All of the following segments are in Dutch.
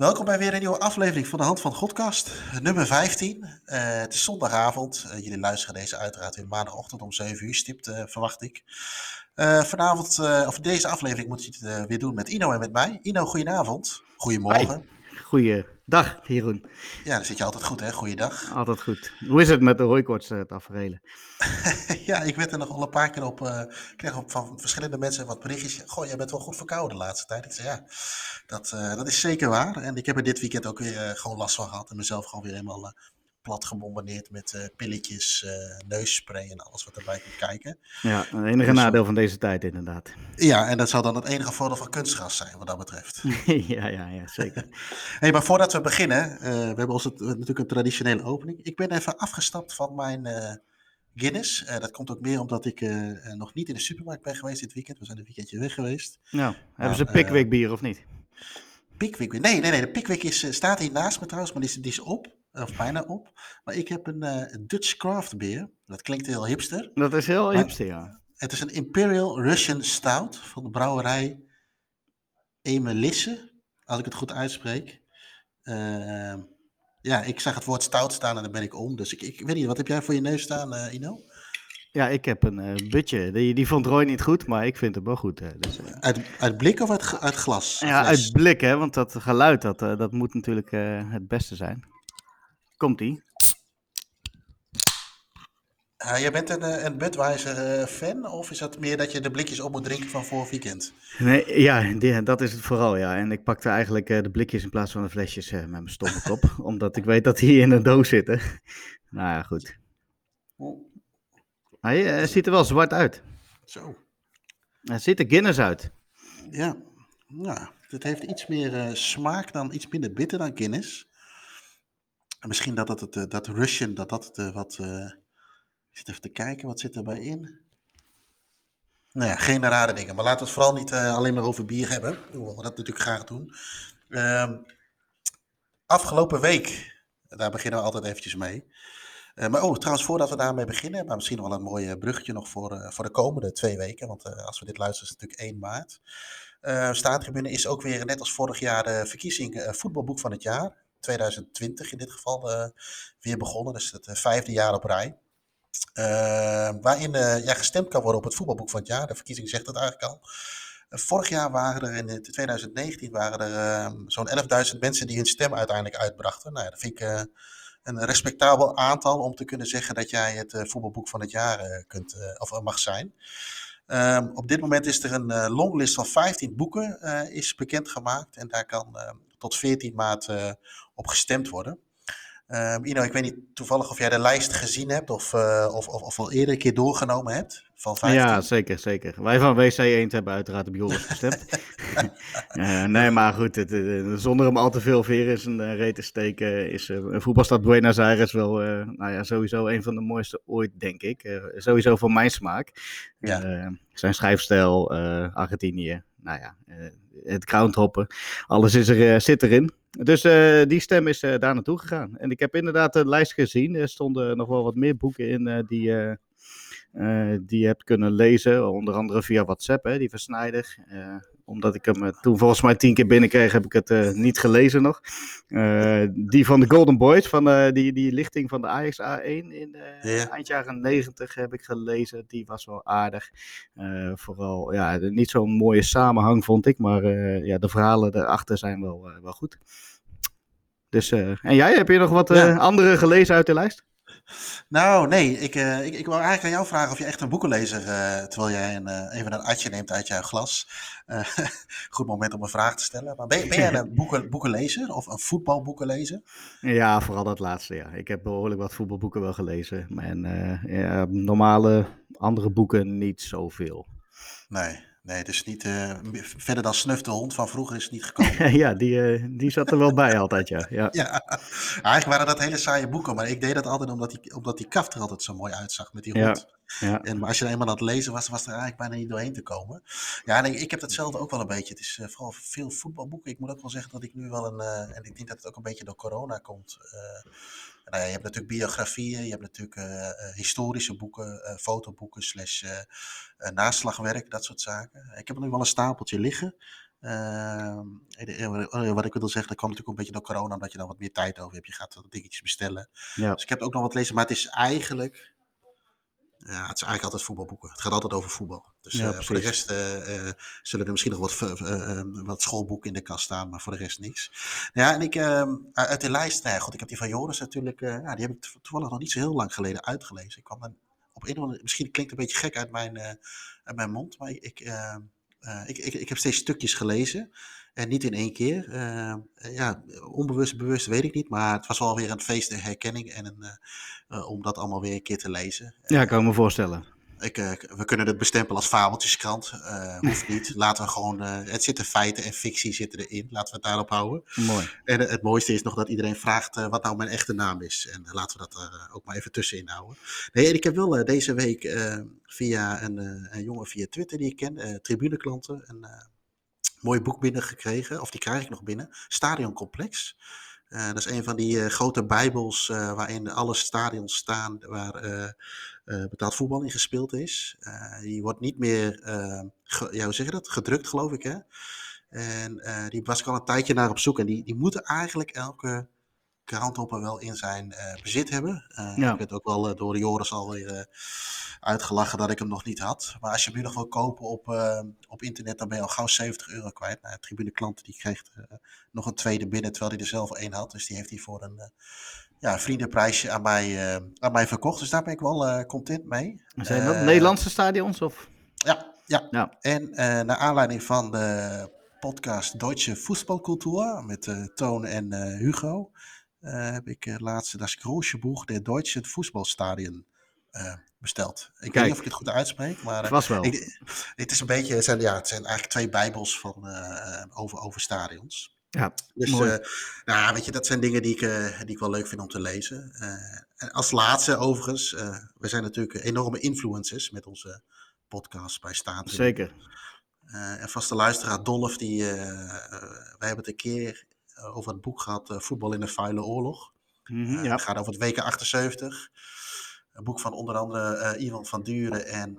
Welkom bij weer een nieuwe aflevering van de Hand van Godcast, nummer 15. Het is zondagavond. Jullie luisteren deze uiteraard weer maandagochtend om 7 uur stipt, verwacht ik. Vanavond, of deze aflevering moet je het weer doen met Ino en met mij. Ino, goedenavond. Hoi, Goedemorgen. goeiedag Jeroen. Ja, dan zit je altijd goed, hè? Goeiedag. Altijd goed. Hoe is het met de hooikoorts taferelen? Ja, ik werd er nog al een paar keer op, ik kreeg van verschillende mensen wat berichtjes. Goh, jij bent wel goed verkouden de laatste tijd. Ik zei ja, dat is zeker waar. En ik heb er dit weekend ook weer gewoon last van gehad. En mezelf gewoon weer helemaal plat gebombardeerd met pilletjes, neusspray en alles wat erbij komt kijken. Ja, het enige Dus, nadeel van deze tijd inderdaad. ja, en dat zal dan het enige voordeel van kunstgras zijn wat dat betreft. Ja, zeker. Hey, maar voordat we beginnen, we hebben natuurlijk een traditionele opening. Ik ben even afgestapt van mijn Guinness. Dat komt ook meer omdat ik nog niet in de supermarkt ben geweest dit weekend. We zijn een weekendje weg geweest. Nou, hebben ze Maar, Pickwick bier of niet? Pickwick. Nee. De Pickwick staat hier naast me trouwens, maar die is op. Of bijna op. Maar ik heb een Dutch Craft beer. Dat klinkt heel hipster. Dat is heel Maar hipster, ja. het is een Imperial Russian Stout van de brouwerij Emelisse. Als ik het goed uitspreek. Ja, ik zag het woord stout staan en dan ben ik om. Dus ik weet niet, wat heb jij voor je neus staan, Ino? Ja, ik heb een butje. Die vond Roy niet goed, maar ik vind hem wel goed. Dus, Uit blik of uit glas? ja, Fles? uit blik, hè, want dat geluid, dat moet natuurlijk het beste zijn. Komt-ie. Jij bent een Budweiser fan, of is dat meer dat je de blikjes op moet drinken van vorig weekend? Nee, ja, dat is het vooral, ja. En ik pakte eigenlijk de blikjes in plaats van de flesjes met mijn stomme kop. Omdat ik weet dat die in een doos zitten. Nou ja, goed. Hij ziet er wel zwart uit. Zo. Er ziet er Guinness uit. Ja, nou, het heeft iets meer smaak dan, iets minder bitter dan Guinness. En misschien dat Russian, dat het wat... ik zit even te kijken, wat zit erbij in? Nou ja, geen rare dingen. Maar laten we het vooral niet alleen maar over bier hebben. Hoewel we dat natuurlijk graag doen. Ehm, Afgelopen week, daar beginnen we altijd eventjes mee. Maar trouwens, voordat we daarmee beginnen, maar misschien nog wel een mooi bruggetje nog voor de komende 2 weken. Want als we dit luisteren is het natuurlijk 1 maart. Staantribune is ook weer, net als vorig jaar, de verkiezing voetbalboek van het jaar. 2020 in dit geval weer begonnen. Dus het 5e jaar op rij. Waarin gestemd kan worden op het voetbalboek van het jaar. De verkiezing zegt dat eigenlijk al. Vorig jaar waren er, in 2019 waren er zo'n 11.000 mensen die hun stem uiteindelijk uitbrachten. Nou ja, dat vind ik een respectabel aantal om te kunnen zeggen dat jij het voetbalboek van het jaar mag zijn. Op dit moment is er een longlist van 15 boeken is bekendgemaakt. En daar kan tot 14 maart op gestemd worden. Ino, ik weet niet toevallig of jij de lijst gezien hebt of al eerder een keer doorgenomen hebt van 15. Ja, zeker. Wij van WC Eend hebben uiteraard op Joris gestemd. Nee, maar goed, zonder hem al te veel veer in zijn reet te steken, is voetbalstad Buenos Aires wel sowieso een van de mooiste ooit, denk ik. Sowieso voor mijn smaak. Ja. Zijn schrijfstijl, Argentinië, het groundhoppen, alles zit erin. Dus die stem is daar naartoe gegaan. En ik heb inderdaad de lijst gezien. Er stonden nog wel wat meer boeken in die je hebt kunnen lezen. Onder andere via WhatsApp, hè, die Versnijder. Omdat ik hem toen volgens mij 10 keer binnenkreeg, heb ik het niet gelezen nog. Die van de Golden Boys, van die lichting van de Ajax A1 in eind jaren 90 heb ik gelezen. Die was wel aardig. Vooral, ja, niet zo'n mooie samenhang vond ik, maar de verhalen erachter zijn wel goed. Dus, en jij, heb je nog wat andere gelezen uit de lijst? Nou, nee. Ik wou eigenlijk aan jou vragen of je echt een boekenlezer, terwijl jij even een atje neemt uit jouw glas. Goed moment om een vraag te stellen. Maar ben jij een boekenlezer of een voetbalboekenlezer? Ja, vooral dat laatste, ja. Ik heb behoorlijk wat voetbalboeken wel gelezen. En normale andere boeken niet zoveel. Nee, dus niet verder dan Snuf de hond van vroeger is het niet gekomen. Ja, die zat er wel bij altijd, ja. Ja, eigenlijk waren dat hele saaie boeken, maar ik deed dat altijd omdat die kaft er altijd zo mooi uitzag met die hond. Ja. Maar als je eenmaal aan het lezen was er eigenlijk bijna niet doorheen te komen. Ja, nee, ik heb datzelfde ook wel een beetje. Het is vooral veel voetbalboeken. Ik moet ook wel zeggen dat ik nu wel en ik denk dat het ook een beetje door corona komt. Nou ja, je hebt natuurlijk biografieën, je hebt natuurlijk historische boeken, fotoboeken / naslagwerk, dat soort zaken. Ik heb er nu wel een stapeltje liggen. Wat ik wil zeggen, dat kwam natuurlijk een beetje door corona, omdat je dan wat meer tijd over hebt. Je gaat wat dingetjes bestellen. Ja, Dus ik heb ook nog wat lezen, maar het is eigenlijk... Ja, het is eigenlijk altijd voetbalboeken. Het gaat altijd over voetbal. Dus ja, voor de precies. rest zullen er misschien nog wat schoolboeken in de kast staan, maar voor de rest niks. Ja, en uit de lijst, nou ja, goed, ik heb die van Joris natuurlijk, ja, die heb ik toevallig nog niet zo heel lang geleden uitgelezen. Ik kwam dan op een of andere, misschien klinkt het een beetje gek uit mijn mond, maar ik heb steeds stukjes gelezen. En niet in één keer. Ja, onbewust, bewust weet ik niet. Maar het was wel weer een feest der herkenning. En om dat allemaal weer een keer te lezen. Ja, kan ik me voorstellen. We kunnen het bestempelen als fabeltjeskrant. Hoeft niet. Laten we gewoon... het zitten feiten en fictie zitten erin. Laten we het daarop houden. Mooi. En het mooiste is nog dat iedereen vraagt wat nou mijn echte naam is. En laten we dat er ook maar even tussenin houden. Nee, en ik heb wel deze week via een jongen via Twitter die ik ken. Tribuneklanten. Een mooi boek binnengekregen. Of die krijg ik nog binnen. Stadioncomplex. Dat is een van die grote bijbels waarin alle stadions staan waar betaald voetbal in gespeeld is. Die wordt niet meer, ja, hoe zeg je dat? Gedrukt, geloof ik, hè? En die was ik al een tijdje naar op zoek. En die moeten eigenlijk elke krantopper wel in zijn bezit hebben. Ja. Ik werd ook wel door Joris alweer uitgelachen dat ik hem nog niet had. Maar als je hem nu nog wil kopen op internet, dan ben je al gauw €70 kwijt. Nou, Tribune Klanten die kreeg nog een tweede binnen, terwijl hij er zelf één had. Dus die heeft hij voor een vriendenprijsje aan mij verkocht. Dus daar ben ik wel content mee. Zijn dat Nederlandse stadions? Of? Ja. Ja. En naar aanleiding van de podcast Deutsche Fußballkultur met Toon en Hugo, heb ik laatst das große Buch der deutschen Fußballstadien besteld. Ik weet niet of ik het goed uitspreek, maar Vast wel. het is een beetje, het zijn eigenlijk twee bijbels over stadions. Ja, Dus mooi. nou, weet je, dat zijn dingen die ik wel leuk vind om te lezen. En als laatste overigens, we zijn natuurlijk enorme influencers met onze podcast bij Staat. Zeker. En vaste luisteraar Dolf, wij hebben het een keer over het boek gehad, Voetbal in de Vuile Oorlog. Ja. Het gaat over het WK 78. Een boek van onder andere Ivan van Duren en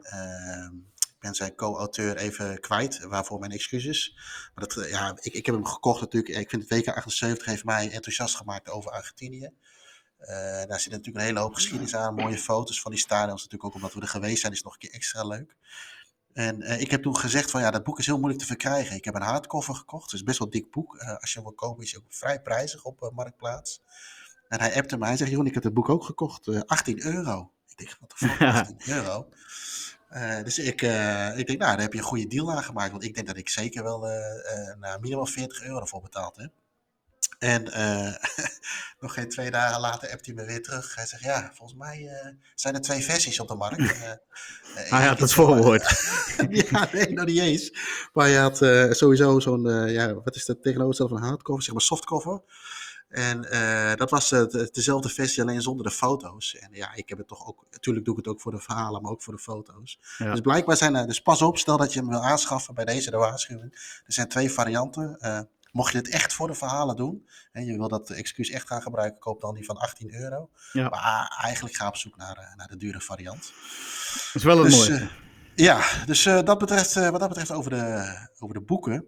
ik ben zijn co-auteur even kwijt, waarvoor mijn excuses. Maar ik heb hem gekocht natuurlijk. Ik vind het WK 78 heeft mij enthousiast gemaakt over Argentinië. Daar zit natuurlijk een hele hoop geschiedenis aan, mooie foto's van die stadions. Natuurlijk ook omdat we er geweest zijn, is het nog een keer extra leuk. En ik heb toen gezegd van ja, dat boek is heel moeilijk te verkrijgen. Ik heb een hardcover gekocht, het is best wel een dik boek. Als je hem wil kopen is hij ook vrij prijzig op Marktplaats. En hij appte me, hij zegt, Jeroen, ik heb het boek ook gekocht, €18. Ik denk, wat de fuck, €18? Dus ik denk, nou, daar heb je een goede deal aan gemaakt. Want ik denk dat ik zeker wel minimaal €40 voor betaald heb. En nog geen 2 dagen later appt hij me weer terug. Hij zegt, ja, volgens mij zijn er 2 versies op de markt. Hij had het voorwoord. Ja, nee, nog niet eens. Maar je had sowieso zo'n, wat is dat tegenovergestelde van hardcover? Zeg maar softcover. En dat was dezelfde versie, alleen zonder de foto's. En ja, ik heb het toch ook, natuurlijk doe ik het ook voor de verhalen, maar ook voor de foto's. Ja. Dus blijkbaar zijn er, dus pas op, stel dat je hem wil aanschaffen, bij deze de waarschuwing. Er zijn 2 varianten. Mocht je het echt voor de verhalen doen, en je wil dat excuus echt gaan gebruiken, koop dan die van €18. Ja. Maar eigenlijk ga op zoek naar de dure variant. Dat is wel het Dus, mooiste. Dus wat dat betreft over de boeken.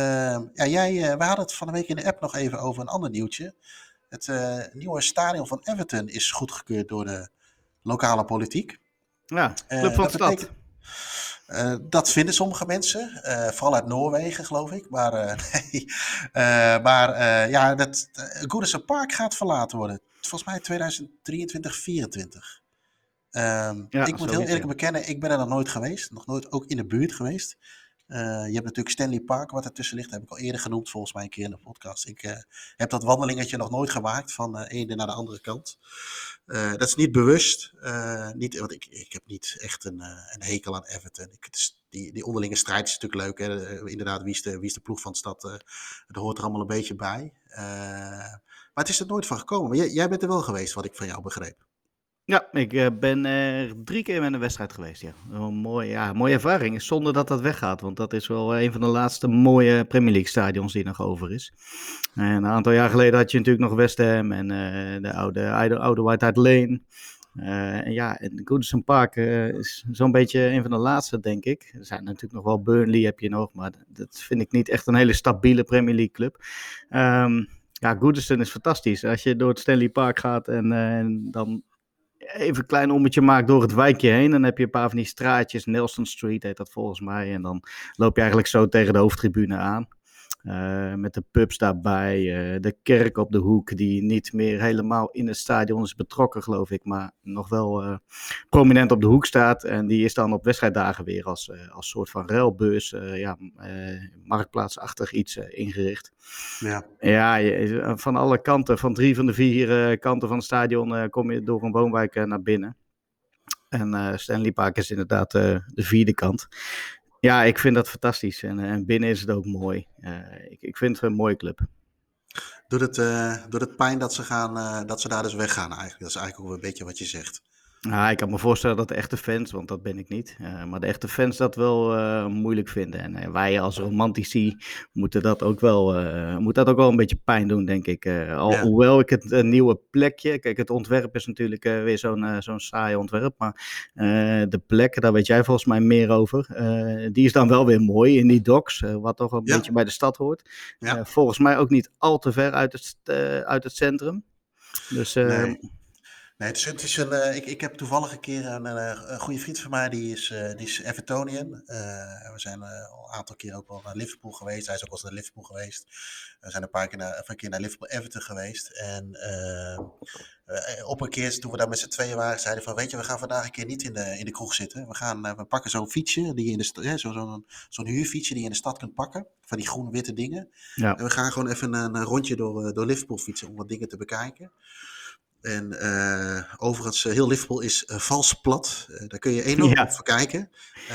We hadden het van de week in de app nog even over een ander nieuwtje. Het nieuwe stadion van Everton is goedgekeurd door de lokale politiek. Ja, Club van de Stad. Dat vinden sommige mensen, vooral uit Noorwegen geloof ik. Maar nee, dat Goodison Park gaat verlaten worden. Volgens mij 2023, 2024. Ik moet heel eerlijk bekennen, ik ben er nog nooit geweest. Nog nooit ook in de buurt geweest. Je hebt natuurlijk Stanley Park wat ertussen ligt. Dat heb ik al eerder genoemd volgens mij een keer in de podcast. Ik heb dat wandelingetje nog nooit gemaakt van de ene naar de andere kant. Dat is niet bewust. Want ik heb niet echt een hekel aan Everton. Die onderlinge strijd is natuurlijk leuk. Hè? Inderdaad, wie is de ploeg van de stad? Dat hoort er allemaal een beetje bij. Maar het is er nooit van gekomen. Maar jij bent er wel geweest, wat ik van jou begreep. Ja, ik ben 3 keer met een wedstrijd geweest. Ja. Een mooie ervaring. Zonder dat dat weggaat. Want dat is wel een van de laatste mooie Premier League stadions die nog over is. En een aantal jaar geleden had je natuurlijk nog West Ham en de oude White Hart Lane. En ja, en Goodison Park is zo'n beetje een van de laatste, denk ik. Er zijn natuurlijk nog wel Burnley heb je nog, maar dat vind ik niet echt een hele stabiele Premier League club. Ja, Goodison is fantastisch. Als je door het Stanley Park gaat en dan even een klein ommetje maakt door het wijkje heen, dan heb je een paar van die straatjes, Nelson Street heet dat volgens mij. En dan loop je eigenlijk zo tegen de hoofdtribune aan. Met de pubs daarbij, de kerk op de hoek, die niet meer helemaal in het stadion is betrokken, geloof ik, maar nog wel prominent op de hoek staat. En die is dan op wedstrijddagen weer als soort van ruilbeurs, marktplaatsachtig iets ingericht. Ja. Ja, van alle kanten, van 3 van de 4 kanten van het stadion kom je door een woonwijk naar binnen. En Stanley Park is inderdaad de 4e kant. Ja, ik vind dat fantastisch. En binnen is het ook mooi. Ik vind het een mooie club. Doet het pijn dat dat ze daar dus weggaan eigenlijk? Dat is eigenlijk ook een beetje wat je zegt. Nou, ik kan me voorstellen dat de echte fans, want dat ben ik niet, maar de echte fans dat wel moeilijk vinden. En wij als romantici moeten dat ook wel, moet dat ook wel een beetje pijn doen, denk ik. Hoewel ik het nieuwe plekje, kijk, het ontwerp is natuurlijk weer zo'n saai ontwerp, maar de plek, daar weet jij volgens mij meer over, die is dan wel weer mooi in die docks, wat toch een beetje bij de stad hoort. Ja. Volgens mij ook niet al te ver uit het centrum. Dus... Nee, het is ik heb toevallig een keer een goede vriend van mij, die is Evertonian. We zijn al een aantal keer ook wel naar Liverpool geweest. Hij is ook wel eens naar Liverpool geweest. We zijn een keer naar Liverpool-Everton geweest. En op een keer, toen we daar met z'n tweeën waren, zeiden van, weet je, we gaan vandaag een keer niet in de kroeg zitten. We pakken zo'n fietsje, die je in de zo'n huurfietsje die je in de stad kunt pakken. Van die groen-witte dingen. Ja. En we gaan gewoon even een rondje door Liverpool fietsen om wat dingen te bekijken. En overigens, heel Liverpool is vals plat. Daar kun je enorm op verkijken.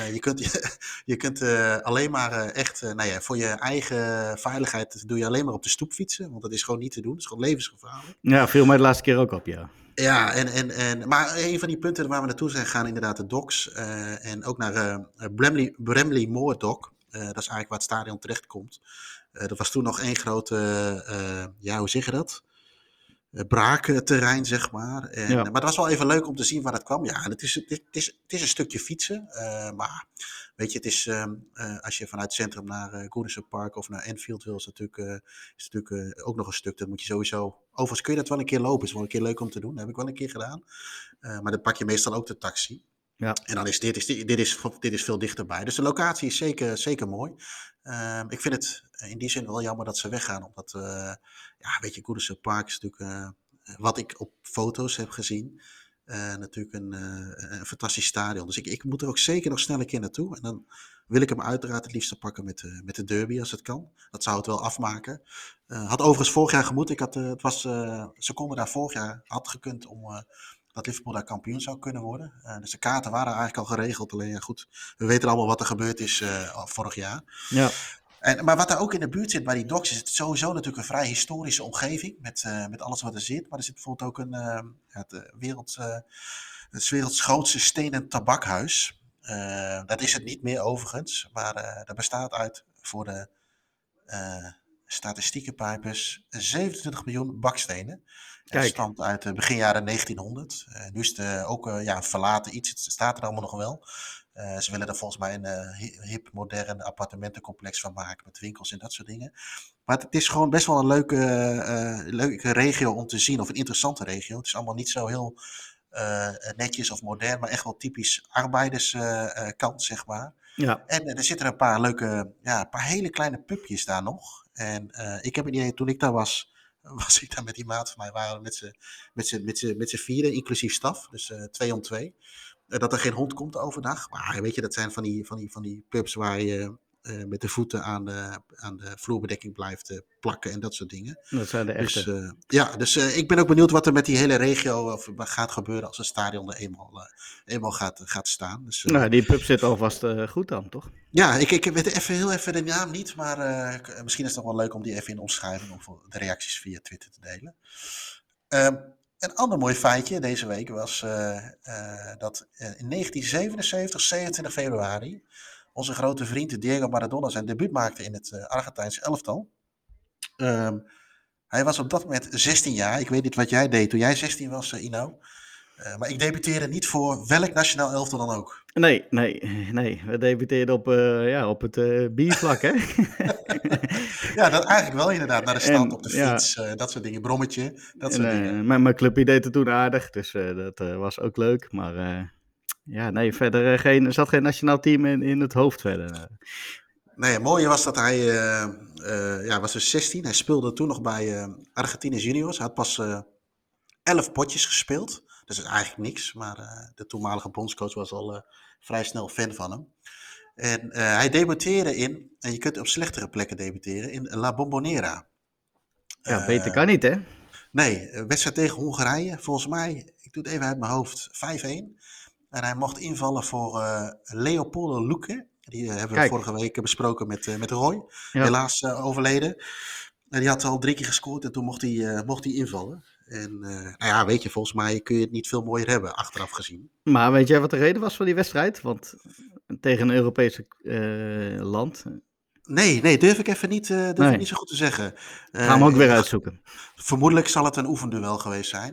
Je kunt alleen maar echt, voor je eigen veiligheid doe je alleen maar op de stoep fietsen. Want dat is gewoon niet te doen. Dat is gewoon levensgevaarlijk. Ja, viel mij de laatste keer ook op, ja. Ja, maar een van die punten waar we naartoe zijn gegaan, inderdaad de docks. En ook naar Bramley Moor Dock. Dat is eigenlijk waar het stadion terecht komt. Dat was toen nog één grote, hoe zeg je dat? Braakterrein, zeg maar. Maar dat was wel even leuk om te zien waar dat kwam. Ja, het is een stukje fietsen. Maar weet je, het is, als je vanuit het centrum naar Goodison Park of naar Anfield wil, is het natuurlijk ook nog een stuk. Dat moet je sowieso... Overigens kun je dat wel een keer lopen. Is wel een keer leuk om te doen. Dat heb ik wel een keer gedaan. Maar dan pak je meestal ook de taxi. Ja. En dan is dit is veel dichterbij. Dus de locatie is zeker mooi. Ik vind het in die zin wel jammer dat ze weggaan. Omdat, weet je, Goodison Park is natuurlijk, wat ik op foto's heb gezien, natuurlijk een fantastisch stadion. Dus ik moet er ook zeker nog snel een keer naartoe. En dan wil ik hem uiteraard het liefst pakken met de derby als het kan. Dat zou het wel afmaken. Had overigens vorig jaar gemoet. Ze konden daar vorig jaar, had gekund om... dat Liverpool daar kampioen zou kunnen worden. Dus de kaarten waren eigenlijk al geregeld. Alleen ja, goed, we weten allemaal wat er gebeurd is vorig jaar. Ja. Maar wat daar ook in de buurt zit bij die docks, is het sowieso natuurlijk een vrij historische omgeving. Met alles wat er zit. Maar er zit bijvoorbeeld ook het werelds grootste stenen tabakhuis. Dat is het niet meer overigens. Maar dat bestaat uit, voor de statistiekenpijpers, 27 miljoen bakstenen. Het stamt uit begin jaren 1900. Nu is het ook verlaten iets. Het staat er allemaal nog wel. Ze willen er volgens mij een hip, modern appartementencomplex van maken. Met winkels en dat soort dingen. Maar het is gewoon best wel een leuke regio om te zien. Of een interessante regio. Het is allemaal niet zo heel netjes of modern. Maar echt wel typisch arbeiderskant, zeg maar. Ja. En er zitten een paar leuke, een paar hele kleine pubjes daar nog. En ik heb een idee, toen ik daar was ik daar met die maat van mij, waren we met z'n vieren, inclusief staf, dus 2 om 2. Dat er geen hond komt overdag. Maar weet je, dat zijn van die pubs waar je met de voeten aan de vloerbedekking blijft plakken en dat soort dingen. Dat zijn de echte. Dus ik ben ook benieuwd wat er met die hele regio gaat gebeuren als het stadion er eenmaal gaat staan. Dus, die pub zit alvast goed dan, toch? Ja, ik weet heel even de naam niet, maar misschien is het nog wel leuk om die even in de omschrijving of de reacties via Twitter te delen. Een ander mooi feitje deze week was dat in 1977, 27 februari, onze grote vriend Diego Maradona zijn debuut maakte in het Argentijnse elftal. Hij was op dat moment 16 jaar. Ik weet niet wat jij deed toen jij 16 was, Ino. Maar ik debuteerde niet voor welk nationaal elftal dan ook. Nee, nee, nee. We debuteerden op het biervlak, hè? Ja, dat eigenlijk wel inderdaad. Naar de stad, En op de ja, fiets, dat soort dingen. Brommetje, dat en soort dingen. mijn clubje deed het toen aardig, dus dat was ook leuk. Maar ja, nee, verder er zat geen nationaal team in het hoofd verder. Nee, het mooie was dat hij was dus 16. Hij speelde toen nog bij Argentinos Juniors. Hij had pas 11 potjes gespeeld. Dus dat is eigenlijk niks. Maar de toenmalige bondscoach was al vrij snel fan van hem. En hij debuteerde en je kunt op slechtere plekken debuteren, in La Bombonera. Ja, beter Uh, kan niet, hè? nee, wedstrijd tegen Hongarije. Volgens mij, ik doe het even uit mijn hoofd, 5-1. En hij mocht invallen voor Leopoldo Luque. Die hebben we Kijk, vorige week besproken met Roy. ja. Helaas overleden. En die had al 3 keer gescoord en toen mocht hij invallen. En nou ja, weet je, volgens mij kun je het niet veel mooier hebben, achteraf gezien. Maar weet jij wat de reden was voor die wedstrijd? Want tegen een Europese land. Nee, durf ik Nee, niet zo goed te zeggen. ik ga hem ook weer uitzoeken. Vermoedelijk zal het een oefenduel geweest zijn.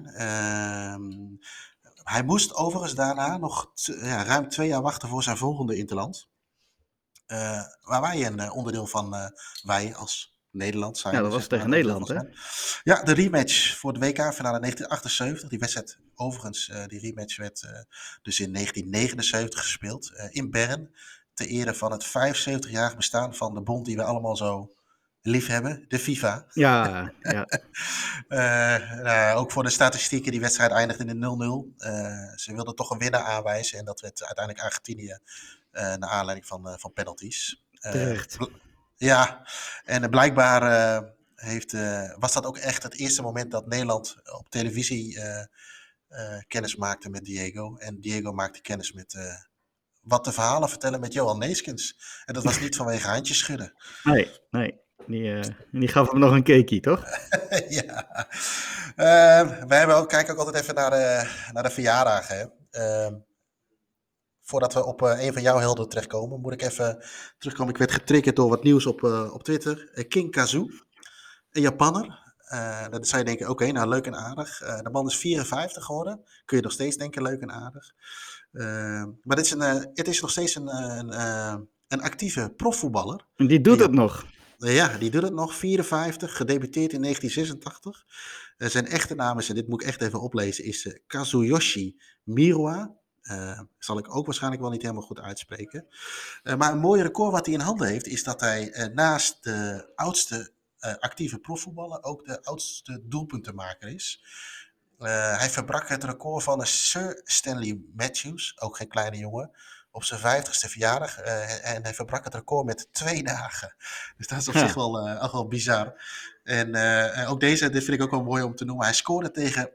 Hij moest overigens daarna nog ruim 2 jaar wachten voor zijn volgende interland. Waar wij een onderdeel van, wij als Nederland Ja, zijn, dat was zeg maar, tegen een onderdeel van Nederland, hè? zijn. Ja, de rematch voor de WK-finale 1978. Die wedstrijd, overigens, die rematch werd dus in 1979 gespeeld in Bern. Ter ere van het 75-jarig bestaan van de bond die we allemaal zo lief hebben, de FIFA. Ja, ja. Ook voor de statistieken, die wedstrijd eindigde in 0-0. Ze wilden toch een winnaar aanwijzen en dat werd uiteindelijk Argentinië naar aanleiding van penalties. Terecht. Ja, en blijkbaar was dat ook echt het eerste moment dat Nederland op televisie kennis maakte met Diego. En Diego maakte kennis met wat de verhalen vertellen met Johan Neeskens. En dat was niet vanwege handjes schudden. Nee, nee. Die gaf hem nog een cakeie, toch? Ja. Kijken ook altijd even naar de verjaardagen. Voordat we op een van jouw helden terechtkomen, moet ik even terugkomen. Ik werd getriggerd door wat nieuws op Twitter. King Kazu, een Japanner. Dan zou je denken, oké, nou leuk en aardig. De man is 54 geworden. Kun je nog steeds denken, leuk en aardig. Maar het is nog steeds een actieve profvoetballer. En die doet het nog. Ja, die doet het nog, 54, gedebuteerd in 1986. Zijn echte naam is, en dit moet ik echt even oplezen, is Kazuyoshi Miura. Zal ik ook waarschijnlijk wel niet helemaal goed uitspreken. Maar een mooi record wat hij in handen heeft, is dat hij naast de oudste actieve profvoetballer ook de oudste doelpuntenmaker is. Hij verbrak het record van een Sir Stanley Matthews, ook geen kleine jongen, op zijn 50ste verjaardag. En hij verbrak het record met 2 dagen. Dus dat is op zich wel bizar. En ook dit vind ik ook wel mooi om te noemen. Hij scoorde tegen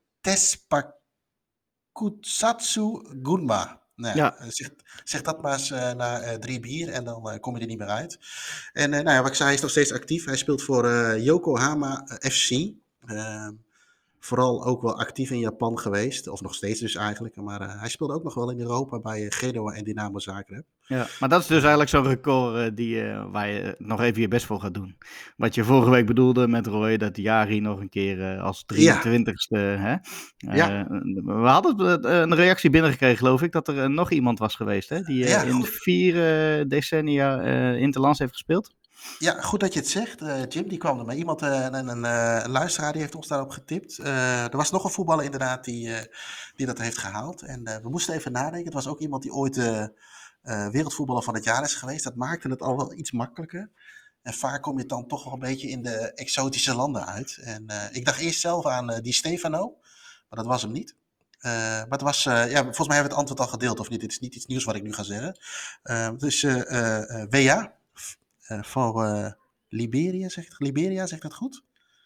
Tespakutsatsu Gunma. Nou ja, Ja, zeg dat maar eens na 3 bier en dan kom je er niet meer uit. En nou ja, wat ik zei, hij is nog steeds actief. Hij speelt voor Yokohama FC. Vooral ook wel actief in Japan geweest. Of nog steeds dus eigenlijk. Maar hij speelde ook nog wel in Europa bij Genoa en Dynamo Zagreb. ja, maar dat is dus eigenlijk zo'n record waar je nog even je best voor gaat doen. Wat je vorige week bedoelde met Roy, dat Jari nog een keer als Ja, 23ste... Hè? ja, We hadden een reactie binnengekregen, geloof ik, dat er nog iemand was geweest, hè? Die ja, in goed. 4 decennia interlands heeft gespeeld. Ja, goed dat je het zegt, Jim. Die kwam er maar. Iemand, een luisteraar, die heeft ons daarop getipt. Er was nog een voetballer inderdaad die dat heeft gehaald. En we moesten even nadenken. Het was ook iemand die ooit wereldvoetballer van het jaar is geweest. Dat maakte het al wel iets makkelijker. En vaak kom je dan toch wel een beetje in de exotische landen uit. En ik dacht eerst zelf aan Di Stefano, maar dat was hem niet. Maar het was, volgens mij hebben we het antwoord al gedeeld, of niet? Dit is niet iets nieuws wat ik nu ga zeggen. Dus WA. Voor Liberia, zegt dat goed?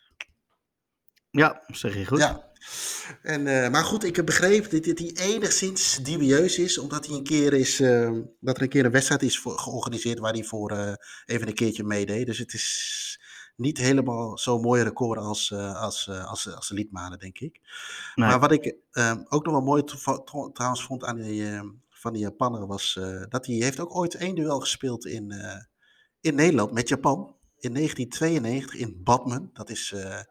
Ja, zeg je goed. Ja. Maar goed, ik heb begrepen dat hij enigszins dubieus is, omdat hij dat er een keer een wedstrijd is georganiseerd waar hij voor even een keertje meedeed. Dus het is niet helemaal zo'n mooi record als de Liedmanen, denk ik. Nee. Maar wat ik ook nog wel mooi trouwens vond van die Japaner was dat hij heeft ook ooit 1 duel gespeeld in Nederland met Japan in 1992 in Badmen. Dat is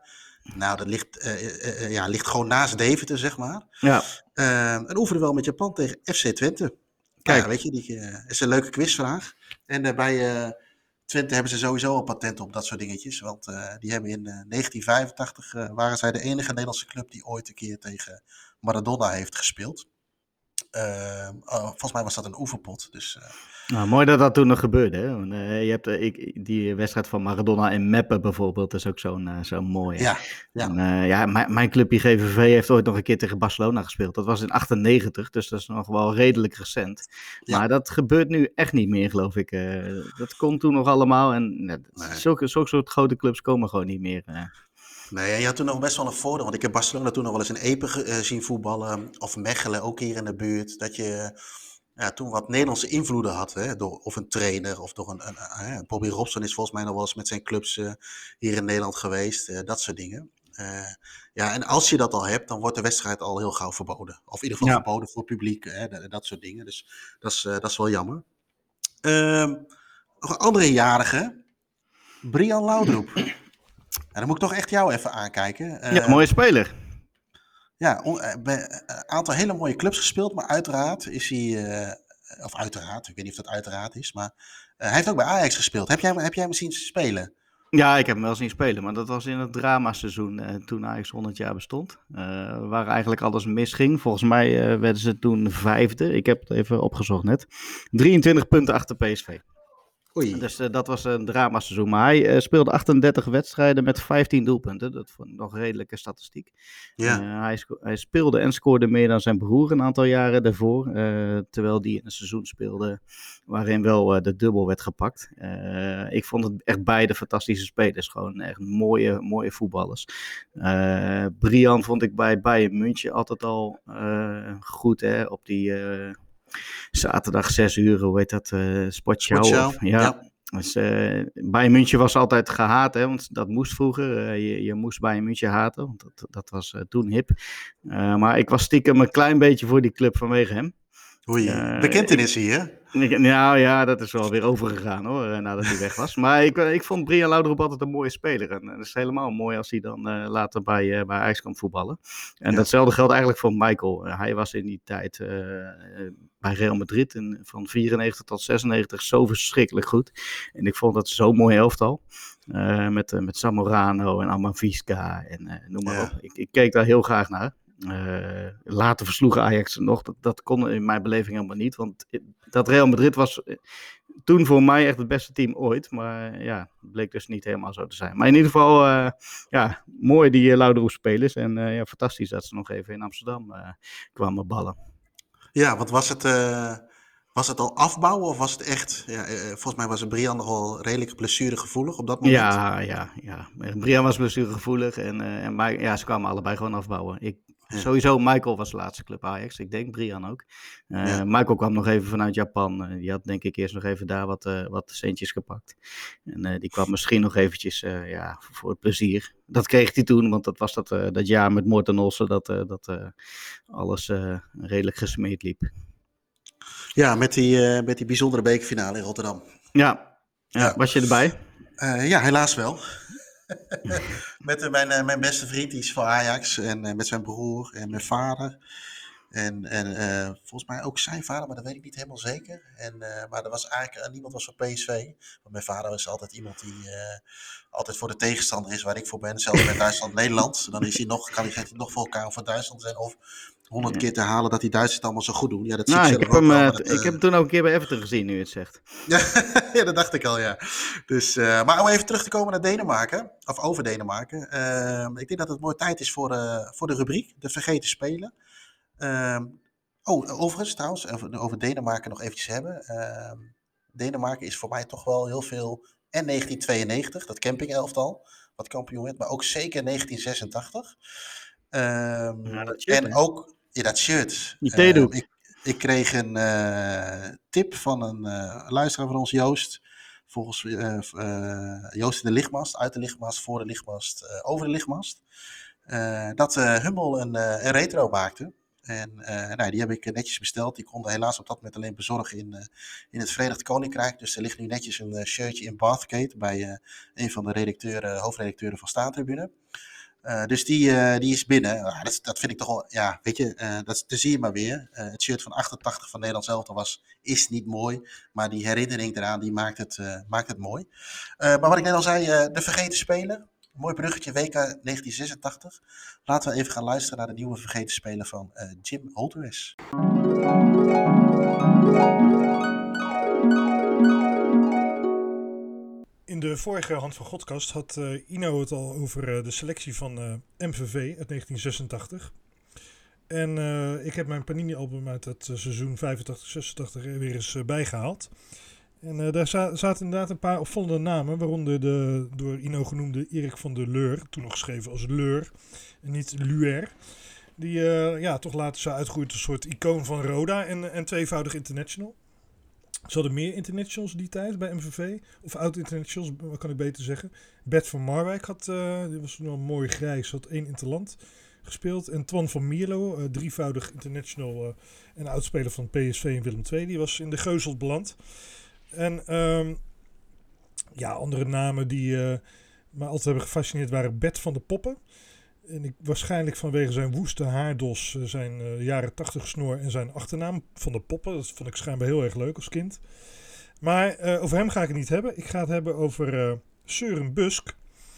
Nou, dat ligt gewoon naast Deventer, zeg maar. Ja, En oefenen wel met Japan tegen FC Twente. Nou ja, kijk. weet je, die is een leuke quizvraag. En bij Twente hebben ze sowieso een patent op dat soort dingetjes. Want die hebben in 1985 waren zij de enige Nederlandse club die ooit een keer tegen Maradona heeft gespeeld. Volgens mij was dat een oefenpot. Dus Nou, mooi dat dat toen nog gebeurde. Hè? Want, je hebt die wedstrijd van Maradona en Meppen bijvoorbeeld, dat is ook zo'n mooie. ja, En, ja, ja, mijn clubje GVV heeft ooit nog een keer tegen Barcelona gespeeld. Dat was in 98, dus dat is nog wel redelijk recent. ja. Maar dat gebeurt nu echt niet meer, geloof ik. Dat kon toen nog allemaal. En Nee. zulke soort grote clubs komen gewoon niet meer. Nee, en je had toen nog best wel een voordeel. Want ik heb Barcelona toen nog wel eens in Epe zien voetballen. Of Mechelen, ook hier in de buurt. Dat je toen wat Nederlandse invloeden had. Hè, of een trainer of door Bobby Robson is volgens mij nog wel eens met zijn clubs hier in Nederland geweest. Dat soort dingen. Ja, en als je dat al hebt, dan wordt de wedstrijd al heel gauw verboden. Of in ieder geval Ja, verboden voor het publiek. Dat soort dingen. Dus dat is wel jammer. Ehm, Nog een andere jarige. Brian Laudroep. En dan moet ik toch echt jou even aankijken. ja, mooie speler. Ja, bij een aantal hele mooie clubs gespeeld, maar uiteraard is hij, of uiteraard, ik weet niet of dat uiteraard is, maar hij heeft ook bij Ajax gespeeld. Heb jij hem zien spelen? Ja, ik heb hem wel zien spelen, maar dat was in het dramaseizoen toen Ajax 100 jaar bestond. Waar eigenlijk alles misging. Volgens mij werden ze toen vijfde. Ik heb het even opgezocht net. 23 punten achter PSV. Oei. Dus dat was een dramaseizoen. Maar hij speelde 38 wedstrijden met 15 doelpunten. Dat vond ik nog een redelijke statistiek. Ja, Hij speelde en scoorde meer dan zijn broer een aantal jaren daarvoor. Terwijl die in een seizoen speelde waarin wel de dubbel werd gepakt. Ik vond het echt beide fantastische spelers. Gewoon echt mooie voetballers. Brian vond ik bij Bayern München altijd al goed. Hè? Op die zaterdag 6 uur, hoe heet dat? Sportschau. Potschau. Ja. Ja, Dus, Bayern München was altijd gehaat, hè, want dat moest vroeger. Je moest Bayern München haten, want dat was toen hip. Maar ik was stiekem een klein beetje voor die club vanwege hem. oei. Ik, Bekentenis hier. nou ja, dat is wel weer overgegaan hoor, nadat hij weg was. Maar ik vond Brian Laudrup altijd een mooie speler. En het is helemaal mooi als hij dan later bij Ajax kan voetballen. En Ja. datzelfde geldt eigenlijk voor Michael. Hij was in die tijd bij Real Madrid van 94 tot 96 zo verschrikkelijk goed. En ik vond dat zo'n mooi elftal. Met Zamorano en Amavisca en noem maar Ja. op. Ik keek daar heel graag naar. Later versloegen Ajax nog. Dat kon in mijn beleving helemaal niet. Want dat Real Madrid was toen voor mij echt het beste team ooit. Maar ja, het bleek dus niet helemaal zo te zijn. Maar in ieder geval, ja, mooi die Lauderoe spelers. En ja, fantastisch dat ze nog even in Amsterdam kwamen ballen. Ja, wat was het al afbouwen of was het echt? Ja, volgens mij was Brian nogal redelijk blessuregevoelig op dat moment. Ja. Brian was blessuregevoelig en ja, ze kwamen allebei gewoon afbouwen. Ja, Sowieso, Michael was de laatste club Ajax. Ik denk Brian ook. ja. Michael kwam nog even vanuit Japan. Die had denk ik eerst nog even daar wat centjes gepakt. En die kwam misschien nog eventjes ja, voor het plezier. Dat kreeg hij toen, want dat was dat jaar met Morten Olsen dat alles redelijk gesmeed liep. Ja, met die bijzondere bekerfinale in Rotterdam. Ja, Ja, was je erbij? ja, helaas wel. Met mijn beste vriend, die is van Ajax. En met zijn broer en mijn vader. En volgens mij ook zijn vader, maar dat weet ik niet helemaal zeker. Maar er was eigenlijk niemand was van PSV. Want mijn vader is altijd iemand die altijd voor de tegenstander is waar ik voor ben. Zelfs met Duitsland-Nederland. Dan gaat hij nog voor elkaar voor Duitsland zijn. Of 100 keer te halen dat die Duitsers het allemaal zo goed doen. Ja, dat zie ik Nou, zelf ook wel. Maar ik heb hem toen ook een keer bij Everton gezien, nu je het zegt. ja, dat dacht ik al, ja. Dus, maar om even terug te komen naar Denemarken, of over Denemarken. Ik denk dat het mooi tijd is voor de rubriek, de vergeten spelen. Overigens trouwens, over Denemarken nog eventjes hebben. Denemarken is voor mij toch wel heel veel, en 1992, dat campingelftal, wat kampioen werd, maar ook zeker 1986. Ja, dat shirt, En hè? ook, ja, dat shirt. Die theedoek. Ik kreeg een tip van een luisteraar van ons, Joost. Volgens Joost in de lichtmast, uit de lichtmast, voor de lichtmast, over de lichtmast. Dat Hummel een retro maakte. En nou, die heb ik netjes besteld. Die konden helaas op dat moment alleen bezorgen in het Verenigd Koninkrijk. Dus er ligt nu netjes een shirtje in Bathgate bij een van de hoofdredacteuren van Staantribune. Dus die is binnen. Dat vind ik toch wel, ja, weet je, dat zie je maar weer. Het shirt van 88 van Nederland zelf is niet mooi. Maar die herinnering eraan, die maakt het mooi. Maar wat ik net al zei, de vergeten speler. Mooi bruggetje, WK 1986. Laten we even gaan luisteren naar de nieuwe vergeten speler van Jim Holteres. In de vorige Hand van Godkast had Ino het al over de selectie van MVV uit 1986. En ik heb mijn Panini-album uit het seizoen 85-86 weer eens bijgehaald. En daar zaten inderdaad een paar opvallende namen, waaronder de door Ino genoemde Erik van der Leur, toen nog geschreven als Leur en niet Luer. Die toch later zou uitgroeien tot een soort icoon van Roda en tweevoudig international. Ze hadden meer internationals die tijd bij MVV. Of oud-internationals, kan ik beter zeggen. Bert van Marwijk die was nog mooi grijs, had 1 interland gespeeld. En Twan van Mierlo, drievoudig international en oudspeler van PSV en Willem II. Die was in de Geuzelt beland. En andere namen die me altijd hebben gefascineerd waren Bert van de Poppen. En waarschijnlijk vanwege zijn woeste haardos, zijn jaren 80 snor en zijn achternaam van de Poppen. Dat vond ik schijnbaar heel erg leuk als kind. Maar over hem ga ik het niet hebben. Ik ga het hebben over Søren Busk.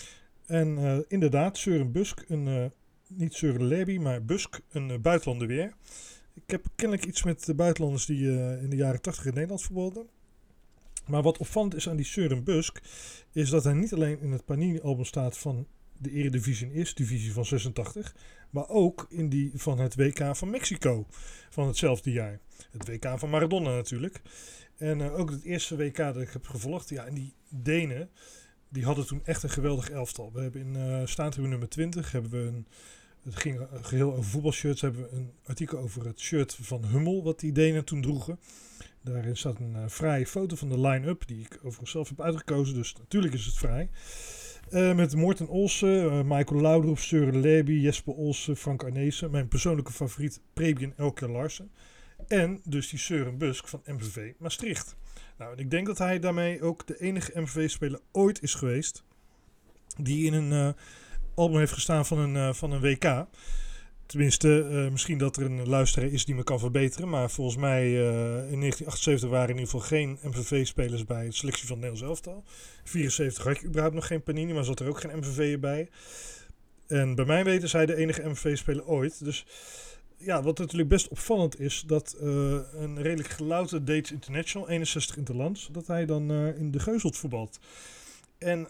En inderdaad, Søren Busk, niet Søren Lerby, maar Busk, een buitenlander weer. Ik heb kennelijk iets met de buitenlanders die in de jaren 80 in Nederland voetbalden. Maar wat opvallend is aan die Søren Busk, is dat hij niet alleen in het Panini-album staat van de Eredivisie en Eerste Divisie van 86, maar ook in die van het WK van Mexico van hetzelfde jaar. Het WK van Maradona natuurlijk. En ook het eerste WK dat ik heb gevolgd, ja, en die Denen, die hadden toen echt een geweldig elftal. We hebben in staantribune nummer 20, het ging geheel over voetbalshirts, hebben we een artikel over het shirt van Hummel, wat die Denen toen droegen. Daarin staat een fraaie foto van de line-up, die ik overigens zelf heb uitgekozen, dus natuurlijk is het fraai. Met Morten Olsen, Michael Laudrup, Søren Lerby, Jesper Olsen, Frank Arnezen. Mijn persoonlijke favoriet Preben Elke Larsen. En dus die Søren Busk van MVV Maastricht. Nou, en ik denk dat hij daarmee ook de enige MVV-speler ooit is geweest die in een album heeft gestaan van een WK. Tenminste, misschien dat er een luisteraar is die me kan verbeteren. Maar volgens mij in 1978 waren in ieder geval geen MVV-spelers bij de selectie van het Nederlands elftal. 74 had je überhaupt nog geen Panini, maar zat er ook geen MVV'er bij. En bij mijn weten is hij de enige MVV-speler ooit. Dus ja, wat natuurlijk best opvallend is, dat een redelijk gelouterde Dates International, 61 interlands, dat hij dan in de Geuzelt voetbalt. En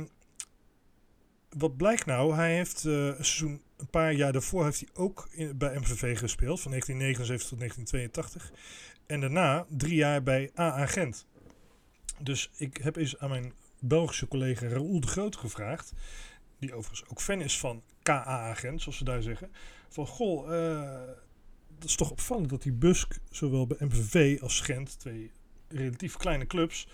wat blijkt nou, hij heeft een paar jaar daarvoor heeft hij ook bij MVV gespeeld, van 1979 tot 1982. En daarna 3 jaar bij AA Gent. Dus ik heb eens aan mijn Belgische collega Raoul de Groot gevraagd, die overigens ook fan is van KA Gent, zoals ze daar zeggen. Van goh, dat is toch opvallend dat die Busk zowel bij MVV als Gent, 2 relatief kleine clubs,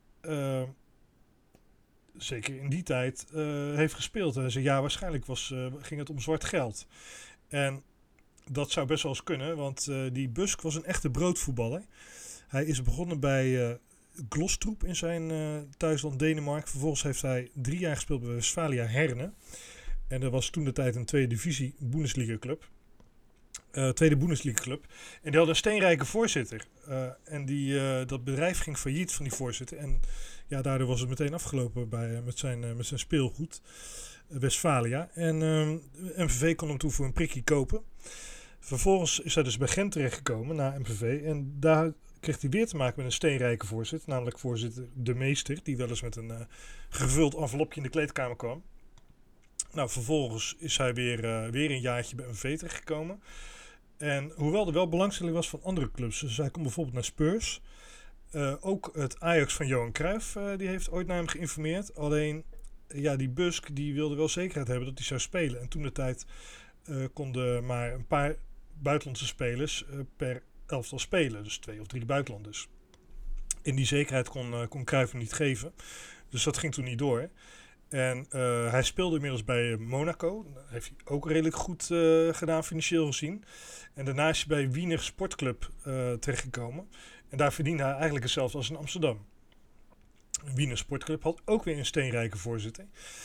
zeker in die tijd, heeft gespeeld. Hij zei ja, waarschijnlijk ging het om zwart geld. En dat zou best wel eens kunnen, want die Busk was een echte broodvoetballer. Hij is begonnen bij Glostrup in zijn thuisland Denemarken. Vervolgens heeft hij 3 jaar gespeeld bij Westfalia Herne. En dat was toen de tijd een tweede divisie Bundesliga club. Tweede Bundesliga club. En die had een steenrijke voorzitter. En dat bedrijf ging failliet van die voorzitter. En ja, daardoor was het meteen afgelopen met zijn speelgoed. Westfalia. En MVV kon hem toen voor een prikkie kopen. Vervolgens is hij dus bij Gent terechtgekomen, na MVV. En daar kreeg hij weer te maken met een steenrijke voorzitter. Namelijk voorzitter De Meester. Die wel eens met een gevuld envelopje in de kleedkamer kwam. Nou, vervolgens is hij weer een jaartje bij MVV terechtgekomen. En hoewel er wel belangstelling was van andere clubs. Dus hij komt bijvoorbeeld naar Spurs. Ook het Ajax van Johan Cruijff, die heeft ooit naar hem geïnformeerd. Alleen, ja, die Busk die wilde wel zekerheid hebben dat hij zou spelen. En toen de tijd konden maar een paar buitenlandse spelers per elftal spelen. Dus 2 of 3 buitenlanders. En die zekerheid kon Cruijff niet geven. Dus dat ging toen niet door. En hij speelde inmiddels bij Monaco. Dat heeft hij ook redelijk goed gedaan, financieel gezien. En daarna is hij bij Wiener Sportclub terechtgekomen. En daar verdiende hij eigenlijk hetzelfde als in Amsterdam. Wiener Sportclub had ook weer een steenrijke voorzitter.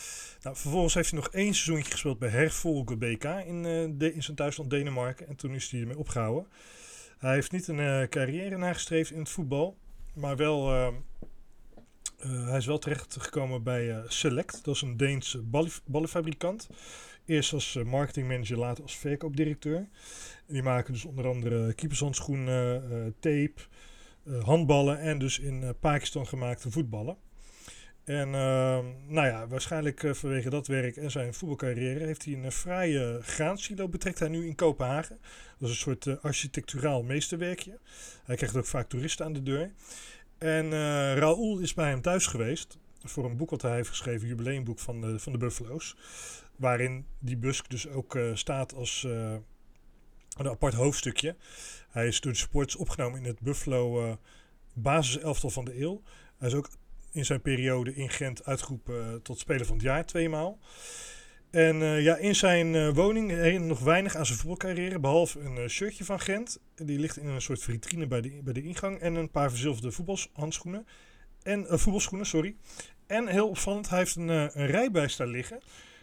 Nou, vervolgens heeft hij nog 1 seizoentje gespeeld bij Hervolge BK in zijn thuisland Denemarken. En toen is hij ermee opgehouden. Hij heeft niet een carrière nagestreefd in het voetbal. Maar wel, hij is wel terechtgekomen bij Select. Dat is een Deense ballenfabrikant. Eerst als marketingmanager, later als verkoopdirecteur. En die maken dus onder andere keepershandschoenen, tape, handballen en dus in Pakistan gemaakte voetballen. En waarschijnlijk vanwege dat werk en zijn voetbalcarrière heeft hij een fraaie graansilo, betrekt hij nu in Kopenhagen. Dat is een soort architecturaal meesterwerkje. Hij krijgt ook vaak toeristen aan de deur. En Raoul is bij hem thuis geweest voor een boek wat hij heeft geschreven, een jubileumboek van de Buffalo's. Waarin die Busk dus ook staat als een apart hoofdstukje. Hij is door de supporters opgenomen in het Buffalo basiselftal van de eeuw. Hij is ook in zijn periode in Gent uitgeroepen tot speler van het jaar 2 maal. En in zijn woning herinnert nog weinig aan zijn voetbalcarrière, behalve een shirtje van Gent. Die ligt in een soort vitrine bij de ingang en een paar verzilverde voetbalschoenen. En heel opvallend, hij heeft een rijbewijs daar liggen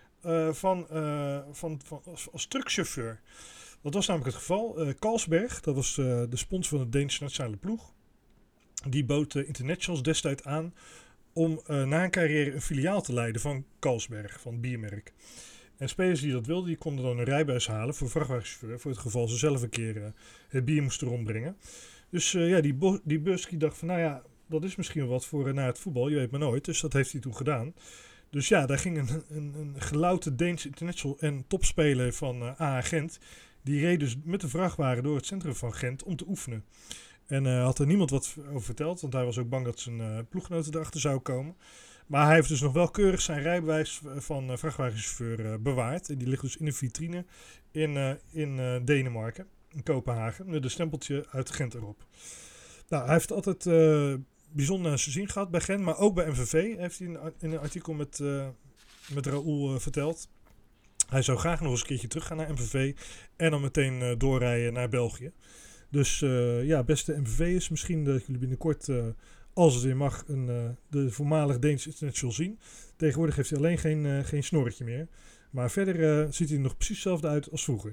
als truckchauffeur. Dat was namelijk het geval. Carlsberg, dat was de sponsor van de Deense nationale ploeg. Die bood de Internationals destijds aan om na een carrière een filiaal te leiden van Carlsberg, van het biermerk. En spelers die dat wilden, die konden dan een rijbewijs halen voor vrachtwagenchauffeur, voor het geval ze zelf een keer het bier moesten rondbrengen. Dus die Busk die dacht van, dat is misschien wel wat voor naar het voetbal, je weet maar nooit. Dus dat heeft hij toen gedaan. Dus ja, daar ging een geloute Deense international en topspeler van AA Gent. Die reed dus met de vrachtwagen door het centrum van Gent om te oefenen. En had er niemand wat over verteld, want hij was ook bang dat zijn ploeggenoten erachter zou komen. Maar hij heeft dus nog wel keurig zijn rijbewijs van vrachtwagenchauffeur bewaard. En die ligt dus in een vitrine in Denemarken, in Kopenhagen, met een stempeltje uit Gent erop. Nou, hij heeft altijd bijzonder naar zijn zin gehad bij Gent, maar ook bij MVV heeft hij in een artikel met Raoul verteld. Hij zou graag nog eens een keertje teruggaan naar MVV en dan meteen doorrijden naar België. Dus beste MVV'ers, misschien dat jullie binnenkort, als het weer mag, de voormalig Deense international zien. Tegenwoordig heeft hij alleen geen snorretje meer. Maar verder ziet hij er nog precies hetzelfde uit als vroeger.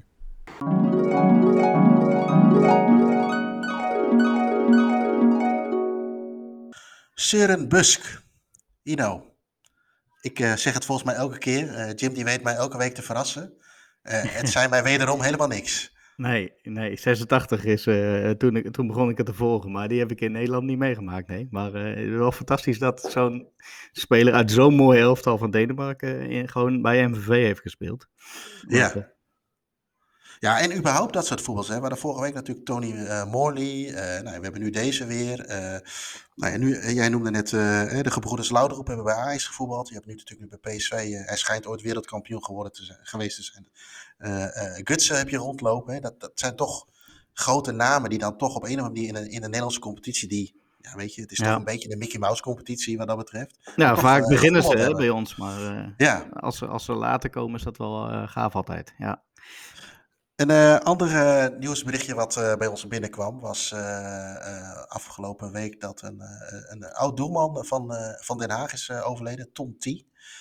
Søren Busk. Ino. Ik zeg het volgens mij elke keer. Jim die weet mij elke week te verrassen. Het zijn mij wederom helemaal niks. Nee, 86 is, toen begon ik het te volgen, maar die heb ik in Nederland niet meegemaakt, nee. Maar het is wel fantastisch dat zo'n speler uit zo'n mooi elftal van Denemarken gewoon bij MVV heeft gespeeld. Ja. Ja, en überhaupt dat soort voetbals. We hadden vorige week natuurlijk Tony Morley. We hebben nu deze weer. Jij noemde net de gebroeders Lauderop hebben bij Ajax gevoetbald. Je hebt nu natuurlijk bij PSV. Hij schijnt ooit wereldkampioen geweest te zijn. Gutsen heb je rondlopen. Hè. Dat zijn toch grote namen die dan toch op een of andere manier in de Nederlandse competitie het is toch een beetje een Mickey Mouse competitie wat dat betreft. Ja, vaak beginnen ze bij ons, maar als ze later komen is dat wel gaaf altijd, ja. Een ander nieuwsberichtje wat bij ons binnenkwam was afgelopen week dat een oud doelman van Den Haag is overleden, Tom T.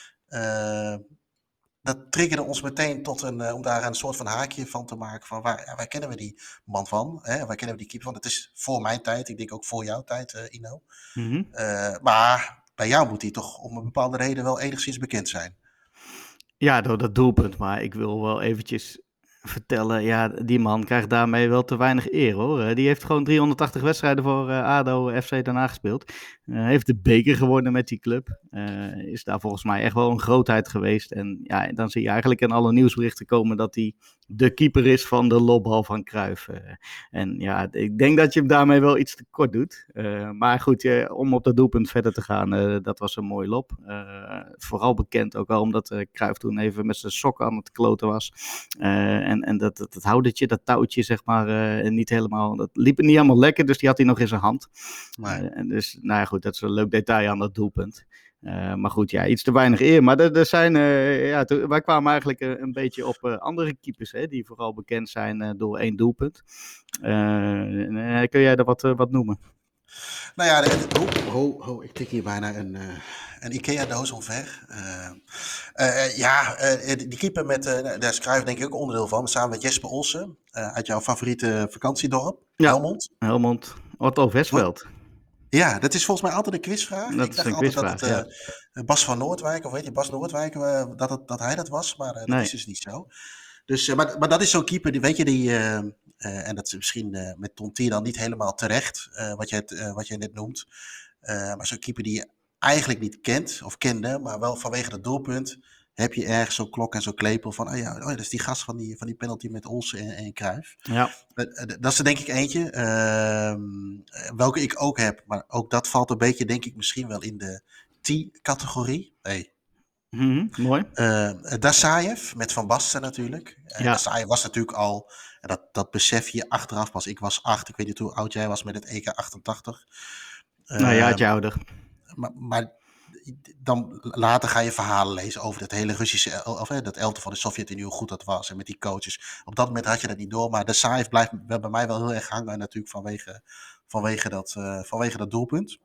Dat triggerde ons meteen om daar een soort van haakje van te maken van waar kennen we die man van? Hè? Waar kennen we die keeper van? Het is voor mijn tijd, ik denk ook voor jouw tijd, Ino. Mm-hmm. Maar bij jou moet hij toch om een bepaalde reden wel enigszins bekend zijn. Ja, door dat doelpunt, maar ik wil wel eventjes vertellen, die man krijgt daarmee wel te weinig eer, hoor. Die heeft gewoon 380 wedstrijden voor ADO FC Den Haag gespeeld. Heeft de beker gewonnen met die club. Is daar volgens mij echt wel een grootheid geweest. En ja, dan zie je eigenlijk in alle nieuwsberichten komen dat hij de keeper is van de lobbal van Cruijff. En ja, ik denk dat je hem daarmee wel iets te kort doet. Maar goed, om op dat doelpunt verder te gaan, dat was een mooi lob. Vooral bekend ook wel omdat Cruijff toen even met zijn sok aan het kloten was. En dat houdertje, dat touwtje, zeg maar, niet helemaal. Dat liep niet helemaal lekker, dus die had hij nog in zijn hand. Nee. Dus, nou ja, goed, dat is een leuk detail aan dat doelpunt. Maar goed, ja, iets te weinig eer. Maar er zijn, wij kwamen eigenlijk een beetje op andere keepers, die vooral bekend zijn door 1 doelpunt. Kun jij er wat noemen? Nou ja, ik tik hier bijna een Ikea-doos omver. Die keeper daar is Cruijff denk ik ook onderdeel van. Samen met Jesper Olsen uit jouw favoriete vakantiedorp, Ja, Helmond. Helmond. Otto Westveld. Ja, dat is volgens mij altijd een quizvraag. Dat Ik is dacht een altijd dat quizvraag, het Bas van Noordwijk, of weet je, Bas Noordwijk, dat hij dat was. Maar dat Nee. is dus niet zo. Dus, maar dat is zo'n keeper, die, weet je, en dat is misschien met Tontier dan niet helemaal terecht, wat je net noemt. Maar zo'n keeper die je eigenlijk niet kent of kende, maar wel vanwege het doelpunt, heb je ergens zo'n klok en zo'n klepel van, dat is die gast van die penalty met Olsen en Cruijff. Ja. Dat is er denk ik eentje, welke ik ook heb, maar ook dat valt een beetje denk ik misschien wel in de T-categorie. Hey. Mooi. Dasaev met Van Basten natuurlijk. Ja. Dasaev was natuurlijk al, en dat besef je achteraf pas. Ik was 8, ik weet niet hoe oud jij was met het EK 88. Nou ja, het ouder. Maar dan later ga je verhalen lezen over dat hele Russische, dat elftal van de Sovjet-Unie, hoe goed dat was. En met die coaches. Op dat moment had je dat niet door. Maar Dasaev blijft bij mij wel heel erg hangen natuurlijk vanwege dat doelpunt.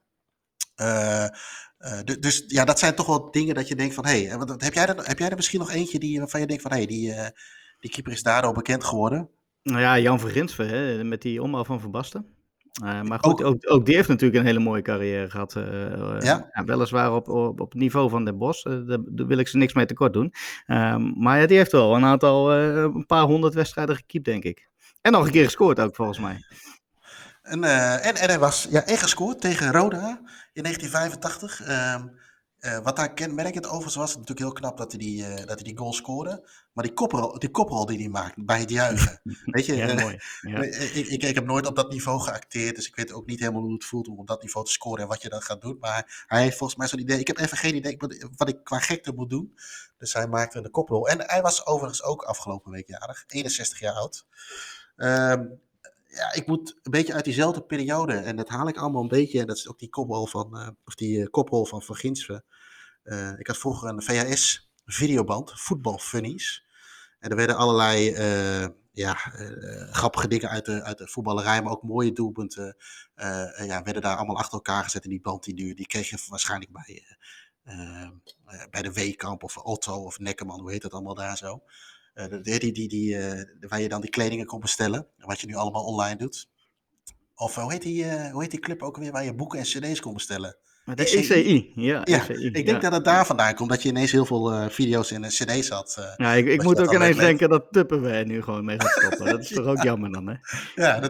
Dus ja, dat zijn toch wel dingen dat je denkt van, heb jij er misschien nog eentje waarvan je denkt van, die keeper is daardoor bekend geworden? Nou ja, Jan van Ginsven, met die omhaal van Van Basten. Maar goed, ook die heeft natuurlijk een hele mooie carrière gehad. Weliswaar op het niveau van Den Bosch, daar wil ik ze niks mee tekort doen. Maar ja, die heeft wel een paar 100 wedstrijden gekiept, denk ik. En nog een keer gescoord ook, volgens mij. En hij was gescoord tegen Roda in 1985. Wat daar kenmerkend overigens was, natuurlijk heel knap dat hij die goal scoorde. Maar die koprol die hij maakt bij het juichen. Weet je, ja, mooi. Ja. Ik heb nooit op dat niveau geacteerd. Dus ik weet ook niet helemaal hoe het voelt om op dat niveau te scoren en wat je dan gaat doen. Maar hij heeft volgens mij zo'n idee. Ik heb even geen idee wat ik qua gekte moet doen. Dus hij maakte de koprol. En hij was overigens ook afgelopen week jarig. 61 jaar oud. Ja, ik moet een beetje uit diezelfde periode. En dat haal ik allemaal een beetje. En dat is ook die koprol van Van Ginsven. Ik had vroeger een VHS-videoband, voetbalfunnies. En er werden allerlei grappige dingen uit de voetballerij, maar ook mooie doelpunten. Werden daar allemaal achter elkaar gezet. En die band die kreeg je waarschijnlijk bij de Weekamp of Otto of Neckerman, hoe heet dat allemaal daar zo. Waar je dan die kledingen kon bestellen. Wat je nu allemaal online doet. Of hoe heet die club ook weer waar je boeken en cd's kon bestellen? De ECI. Ja, ECI, ik denk dat het daar vandaan komt. Dat je ineens heel veel video's en cd's had. Ik moet ook ineens denken dat Tupperware nu gewoon mee gaat stoppen. Dat is toch ook jammer dan, hè? Ja,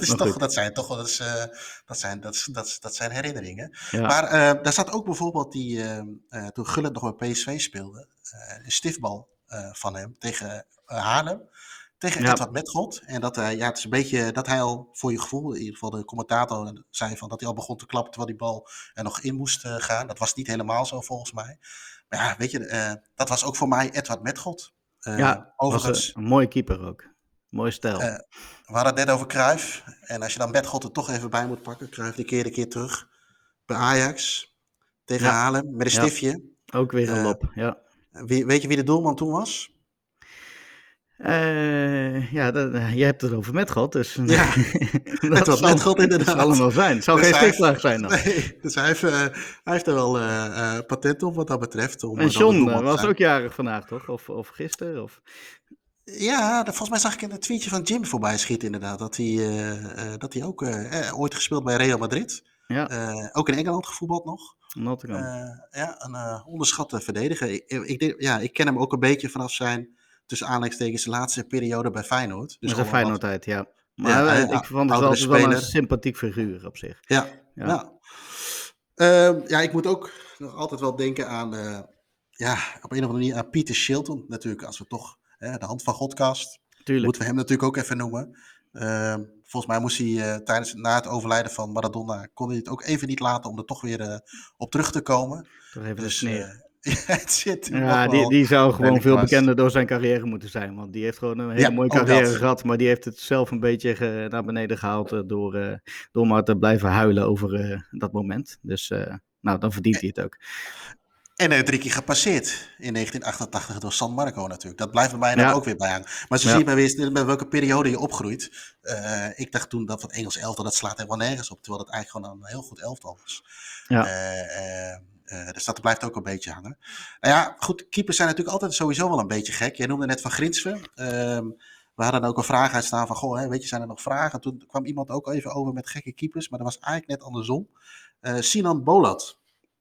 dat zijn herinneringen. Ja. Maar daar zat ook bijvoorbeeld toen Gullit nog bij PSV speelde. Een stiftbal van hem tegen Haarlem. Tegen Edward Metgold. En het is een beetje dat hij al voor je gevoel, in ieder geval de commentator zei van dat hij al begon te klappen terwijl die bal er nog in moest gaan. Dat was niet helemaal zo volgens mij. Maar ja, weet je, dat was ook voor mij Edward Metgold. Overigens was een mooie keeper ook. Mooi stijl. We hadden het net over Cruijff. En als je dan Metgold er toch even bij moet pakken. Cruijff die keerde een keer terug bij Ajax. Tegen Haarlem met een stiftje. Ook weer een lop, ja. Weet je wie de doelman toen was? Je hebt het over Metgold, dus... Ja, dat Metgold inderdaad. Dat zal allemaal zijn. Het zal geen stichtvraag zijn dan. Nee, dus hij heeft er wel patent op wat dat betreft. En John was ook jarig vandaag, toch? Of gisteren? Of... Ja, volgens mij zag ik in een tweetje van Jim voorbij schieten inderdaad. Dat hij ook ooit gespeeld bij Real Madrid. Ja. Ook in Engeland gevoetbald nog. Nottingham. Een onderschatte verdediger. Ik ken hem ook een beetje vanaf zijn, tussen aanleidingstekens, laatste periode bij Feyenoord. Dus zijn Feyenoord-tijd, ja. Maar ik vond het altijd wel een sympathiek figuur op zich. Ik moet ook nog altijd wel denken aan, op een of andere manier aan Peter Shilton natuurlijk. Als we toch, de hand van Godcast, moeten we hem natuurlijk ook even noemen. Volgens mij moest hij na het overlijden van Maradona, kon hij het ook even niet laten om er toch weer op terug te komen. Toch even dus, het zit die zou gewoon veel bekender door zijn carrière moeten zijn. Want die heeft gewoon een hele mooie carrière gehad. Maar die heeft het zelf een beetje naar beneden gehaald door maar te blijven huilen over dat moment. Dus dan verdient hij het ook. En 3 keer gepasseerd in 1988 door San Marco natuurlijk. Dat blijft bij mij dan Ja, ook weer bij hangen. Maar zo ja, zie je maar weer met welke periode je opgroeit. Ik dacht toen dat Engels elftal, dat slaat helemaal nergens op. Terwijl het eigenlijk gewoon een heel goed elftal was. ja. Dus dat blijft ook een beetje hangen. Nou ja, goed, keepers zijn natuurlijk altijd sowieso wel een beetje gek. Jij noemde net Van Grinsven. We hadden ook een vraag uitstaan van, goh, weet je, zijn er nog vragen? Toen kwam iemand ook even over met gekke keepers, maar dat was eigenlijk net andersom. Sinan Bolat.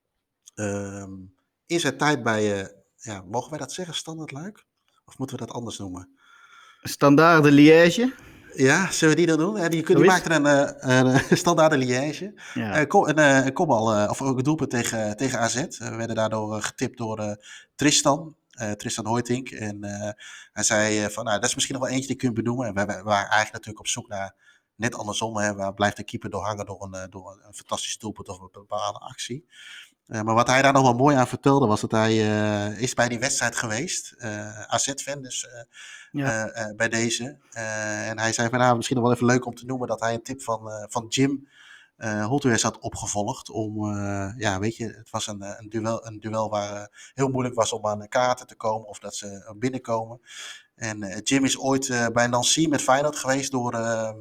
In zijn tijd bij, mogen wij dat zeggen, Standard Luik? Of moeten we dat anders noemen? Standaarde Liège, Ja, zullen we die dan doen? Die zoiets. maakte een standaard Liège. Ja. Een kopbal, of ook een doelpunt tegen AZ. We werden daardoor getipt door Tristan Hoytink. En hij zei van, nou, dat is misschien nog wel eentje die je kunt benoemen. En we waren eigenlijk natuurlijk op zoek naar net andersom. Hè, waar blijft de keeper door hangen door een fantastisch doelpunt of een bepaalde actie. Maar wat hij daar nog wel mooi aan vertelde was dat hij is bij die wedstrijd geweest. AZ-fan dus Ja. bij deze. En hij zei van nou, misschien nog wel even leuk om te noemen dat hij een tip van Jim Holthuis had opgevolgd. Weet je, het was een duel waar heel moeilijk was om aan de kaarten te komen of dat ze binnenkomen. En Jim is ooit bij Nancy met Feyenoord geweest door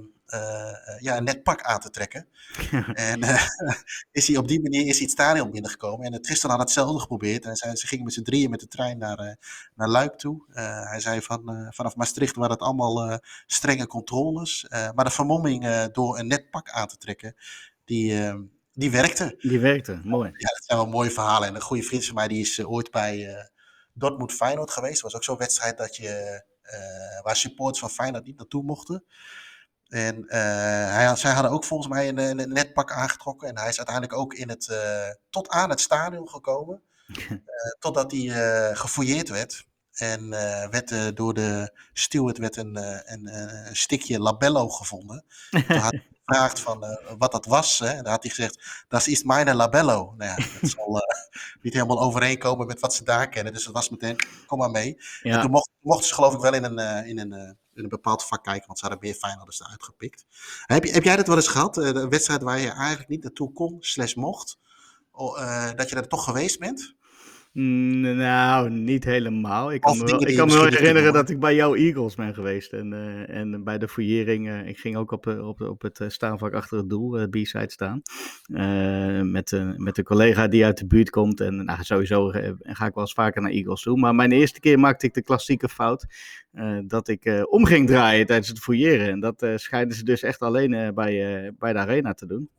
een net pak aan te trekken. En is hij op die manier het stadion binnengekomen. En Tristan had hetzelfde geprobeerd. En ze gingen met z'n drieën met de trein naar Luik toe. Hij zei vanaf Maastricht waren het allemaal strenge controles. Maar de vermomming door een net pak aan te trekken, die werkte. Die werkte, mooi. Ja, dat zijn wel mooie verhalen. En een goede vriend van mij die is ooit bij Dortmund Feyenoord geweest. Dat was ook zo'n wedstrijd waar supporters van Feyenoord niet naartoe mochten. En zij hadden ook volgens mij een netpak aangetrokken. En hij is uiteindelijk ook tot aan het stadion gekomen. Totdat hij gefouilleerd werd. En door de steward een stikje labello gevonden. Toen had hij gevraagd van wat dat was. Hè. En dan had hij gezegd, dat is mijn labello. Nou ja, dat zal niet helemaal overeenkomen met wat ze daar kennen. Dus dat was meteen, kom maar mee. Ja. En toen mochten ze geloof ik wel in een bepaald vak kijken, want ze hadden meer Feyenoorders eruit gepikt. Heb jij dat wel eens gehad? Een wedstrijd waar je eigenlijk niet naartoe kon, /mocht, dat je er toch geweest bent? Nou, niet helemaal. Ik Of kan me dingen wel, die ik je kan me wel misschien niet herinneren kunt dat ik bij jouw Eagles ben geweest. En bij de fouillering, ik ging ook op het staanvak achter het doel, B-side staan. Met een collega die uit de buurt komt. En nou, sowieso ga ik wel eens vaker naar Eagles toe. Maar mijn eerste keer maakte ik de klassieke fout dat ik om ging draaien tijdens het fouilleren. En dat schijnen ze dus echt alleen bij de arena te doen.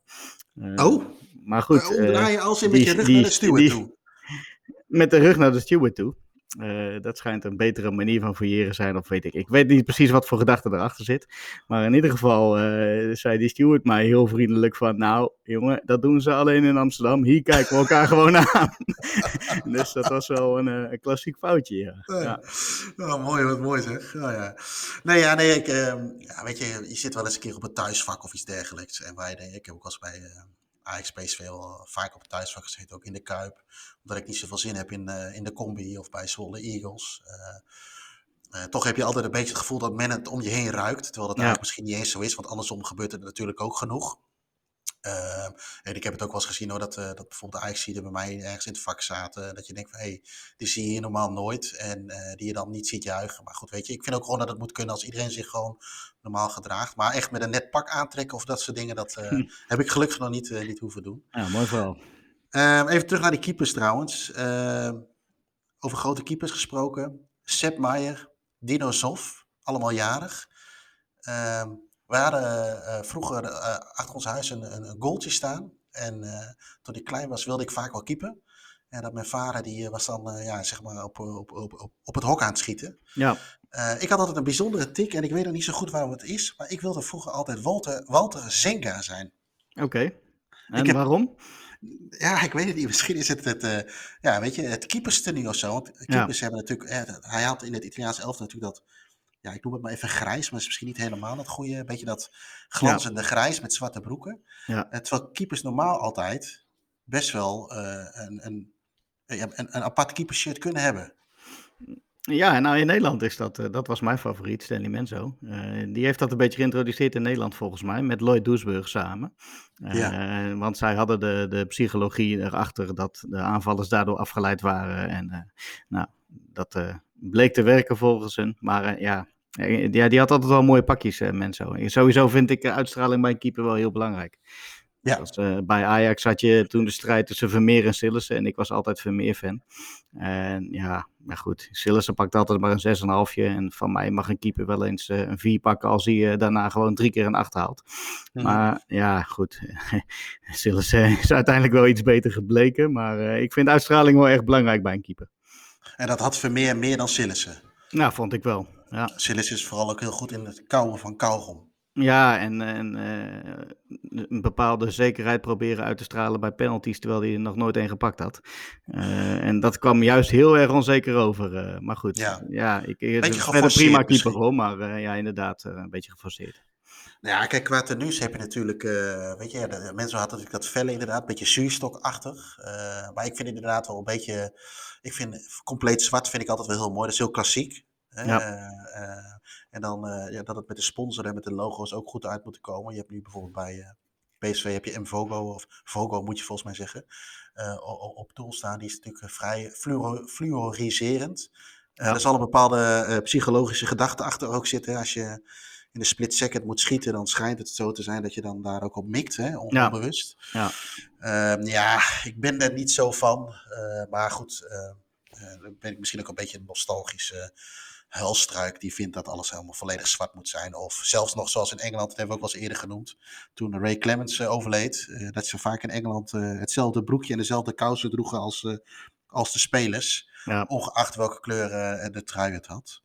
Maar goed. Omdraaien als in met je rug naar de steward toe. Met de rug naar de steward toe. Dat schijnt een betere manier van fouilleren zijn, of weet ik. Ik weet niet precies wat voor gedachte erachter zit. Maar in ieder geval zei die steward mij heel vriendelijk van, nou jongen, dat doen ze alleen in Amsterdam. Hier kijken we elkaar gewoon aan. Dus dat was wel een klassiek foutje, ja. Oh, mooi, wat mooi zeg. Oh, ja. Weet je zit wel eens een keer op een thuisvak of iets dergelijks. En ik heb ook wel eens bij Ajax PSV vaak op het thuisvak gezeten, ook in de Kuip. Omdat ik niet zoveel zin heb in de combi of bij Zwolle Eagles. Toch heb je altijd een beetje het gevoel dat men het om je heen ruikt. Terwijl dat eigenlijk misschien niet eens zo is, want andersom gebeurt er natuurlijk ook genoeg. En ik heb het ook wel eens gezien hoor, dat bijvoorbeeld de Ajax-zieden bij mij ergens in het vak zaten. Dat je denkt van, die zie je hier normaal nooit. En die je dan niet ziet juichen. Maar goed, weet je, ik vind ook gewoon dat het moet kunnen als iedereen zich gewoon normaal gedraagt. Maar echt met een net pak aantrekken of dat soort dingen, dat heb ik gelukkig nog niet hoeven doen. Ja, mooi verhaal. Even terug naar die keepers trouwens. Over grote keepers gesproken. Sepp Maier, Dino Zoff, allemaal jarig. We hadden vroeger achter ons huis een goaltje staan. En toen ik klein was wilde ik vaak wel keepen. En dat mijn vader die was dan zeg maar op het hok aan het schieten. Ja. Ik had altijd een bijzondere tik en ik weet nog niet zo goed waarom het is. Maar ik wilde vroeger altijd Walter Zenga zijn. Oké. En waarom? Ja, ik weet het niet. Misschien is het het keeperstenu of zo. Want keepers hebben natuurlijk... hij had in het Italiaanse elftal natuurlijk dat... Ja, ik noem het maar even grijs, maar het is misschien niet helemaal het goede. Een beetje dat glanzende grijs met zwarte broeken. Ja. Terwijl keepers normaal altijd best wel een apart keepershirt kunnen hebben. Ja, nou in Nederland is dat was mijn favoriet, Stanley Menzo. Die heeft dat een beetje geïntroduceerd in Nederland volgens mij, met Lloyd Doesburg samen. Ja. Want zij hadden de psychologie erachter dat de aanvallers daardoor afgeleid waren. En nou, dat bleek te werken volgens hen. Maar ja, die had altijd wel mooie pakjes, Menzo. Sowieso vind ik uitstraling bij een keeper wel heel belangrijk. Ja. Zoals, bij Ajax had je toen de strijd tussen Vermeer en Sillissen. En ik was altijd Vermeer-fan. En ja, maar goed. Sillissen pakt altijd maar een 6,5. En van mij mag een keeper wel eens een 4 pakken als hij daarna gewoon 3 keer een 8 haalt. Maar ja, goed. Sillissen is uiteindelijk wel iets beter gebleken. Maar ik vind uitstraling wel erg belangrijk bij een keeper. En dat had Vermeer meer dan Sillissen. Nou, vond ik wel. Ja. Sillissen is vooral ook heel goed in het kauwen van kauwgom. Ja, en een bepaalde zekerheid proberen uit te stralen bij penalties, terwijl hij er nog nooit één gepakt had. En dat kwam juist heel erg onzeker over. Maar goed, ik ben een prima keeper hoor, maar ja, inderdaad, een beetje geforceerd. Nou ja, kijk, qua tenues heb je natuurlijk, weet je, de mensen hadden natuurlijk dat felle inderdaad, een beetje zuurstokachtig. Maar ik vind inderdaad wel een beetje, ik vind compleet zwart vind ik altijd wel heel mooi, dat is heel klassiek. En dan dat het met de sponsor en met de logo's ook goed uit moet komen. Je hebt nu bijvoorbeeld bij PSV heb je Mvogo, of Vogo moet je volgens mij zeggen, op doel staan. Die is natuurlijk vrij fluoriserend. Er zal een bepaalde psychologische gedachte achter ook zitten. Als je in een split second moet schieten, dan schijnt het zo te zijn dat je dan daar ook op mikt, hè, onbewust. Ja, ik ben er niet zo van. Maar goed, dan ben ik misschien ook een beetje een nostalgische huilstruik die vindt dat alles helemaal volledig zwart moet zijn. Of zelfs nog zoals in Engeland, dat hebben we ook wel eens eerder genoemd, toen Ray Clemens overleed, dat ze vaak in Engeland hetzelfde broekje en dezelfde kousen droegen als de spelers. Ja. Ongeacht welke kleur de trui het had.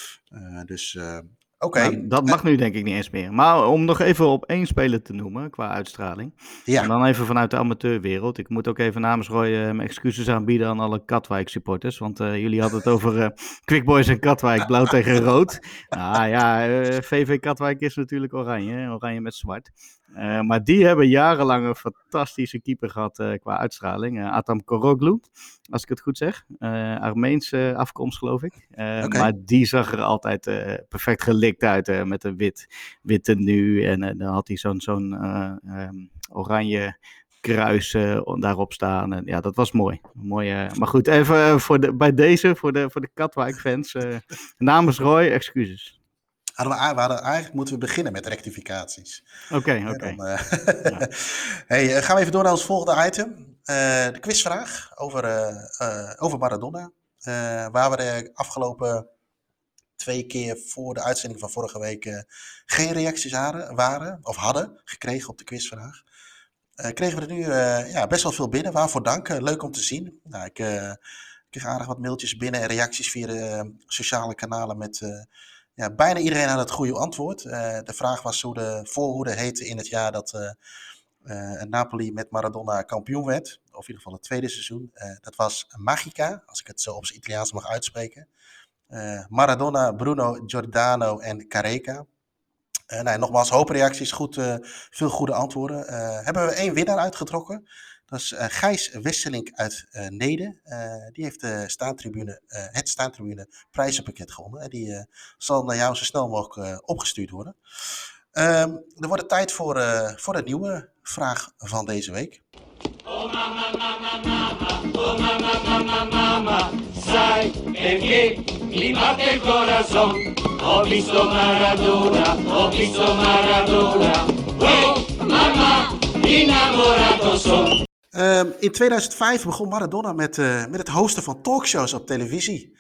Oké. Nou, dat mag nu denk ik niet eens meer. Maar om nog even op 1 speler te noemen qua uitstraling. Ja. En dan even vanuit de amateurwereld. Ik moet ook even namens Roy mijn excuses aanbieden aan alle Katwijk supporters. Want jullie hadden het over Quick Boys en Katwijk, blauw tegen rood. Nou ja, VV Katwijk is natuurlijk oranje. Oranje met zwart. Maar die hebben jarenlang een fantastische keeper gehad qua uitstraling. Atam Koroglu, als ik het goed zeg. Armeense afkomst, geloof ik. Maar die zag er altijd perfect gelikt uit met een wit tenue. En dan had hij zo'n oranje kruis daarop staan. En ja, dat was mooi. Maar goed, even voor de Katwijk-fans. Namens Roy, excuses. Eigenlijk moeten we beginnen met rectificaties. Oké. Hey, gaan we even door naar ons volgende item. De quizvraag over Maradona. Waar we de afgelopen 2 keer voor de uitzending van vorige week geen reacties hadden gekregen op de quizvraag. Kregen we er nu best wel veel binnen. Waarvoor dank. Leuk om te zien. Nou, ik kreeg aardig wat mailtjes binnen en reacties via de sociale kanalen met... bijna iedereen had het goede antwoord. De vraag was hoe de voorhoede heette in het jaar dat Napoli met Maradona kampioen werd. Of in ieder geval het tweede seizoen. Dat was Magica, als ik het zo op zijn Italiaans mag uitspreken. Maradona, Bruno, Giordano en Careca. Nogmaals, hoop reacties, veel goede antwoorden. Hebben we 1 winnaar uitgetrokken. Dat is Gijs Wesselink uit Neede. Die heeft het Staantribune prijzenpakket gewonnen. Die zal naar jou zo snel mogelijk opgestuurd worden. Er wordt tijd voor de nieuwe vraag van deze week. Oh mama, mama, mama, oh mama, mama, mama, sai perché mi batte il corazon. Ho visto Maradona, oh mama, innamorato son. In 2005 begon Maradona met het hosten van talkshows op televisie.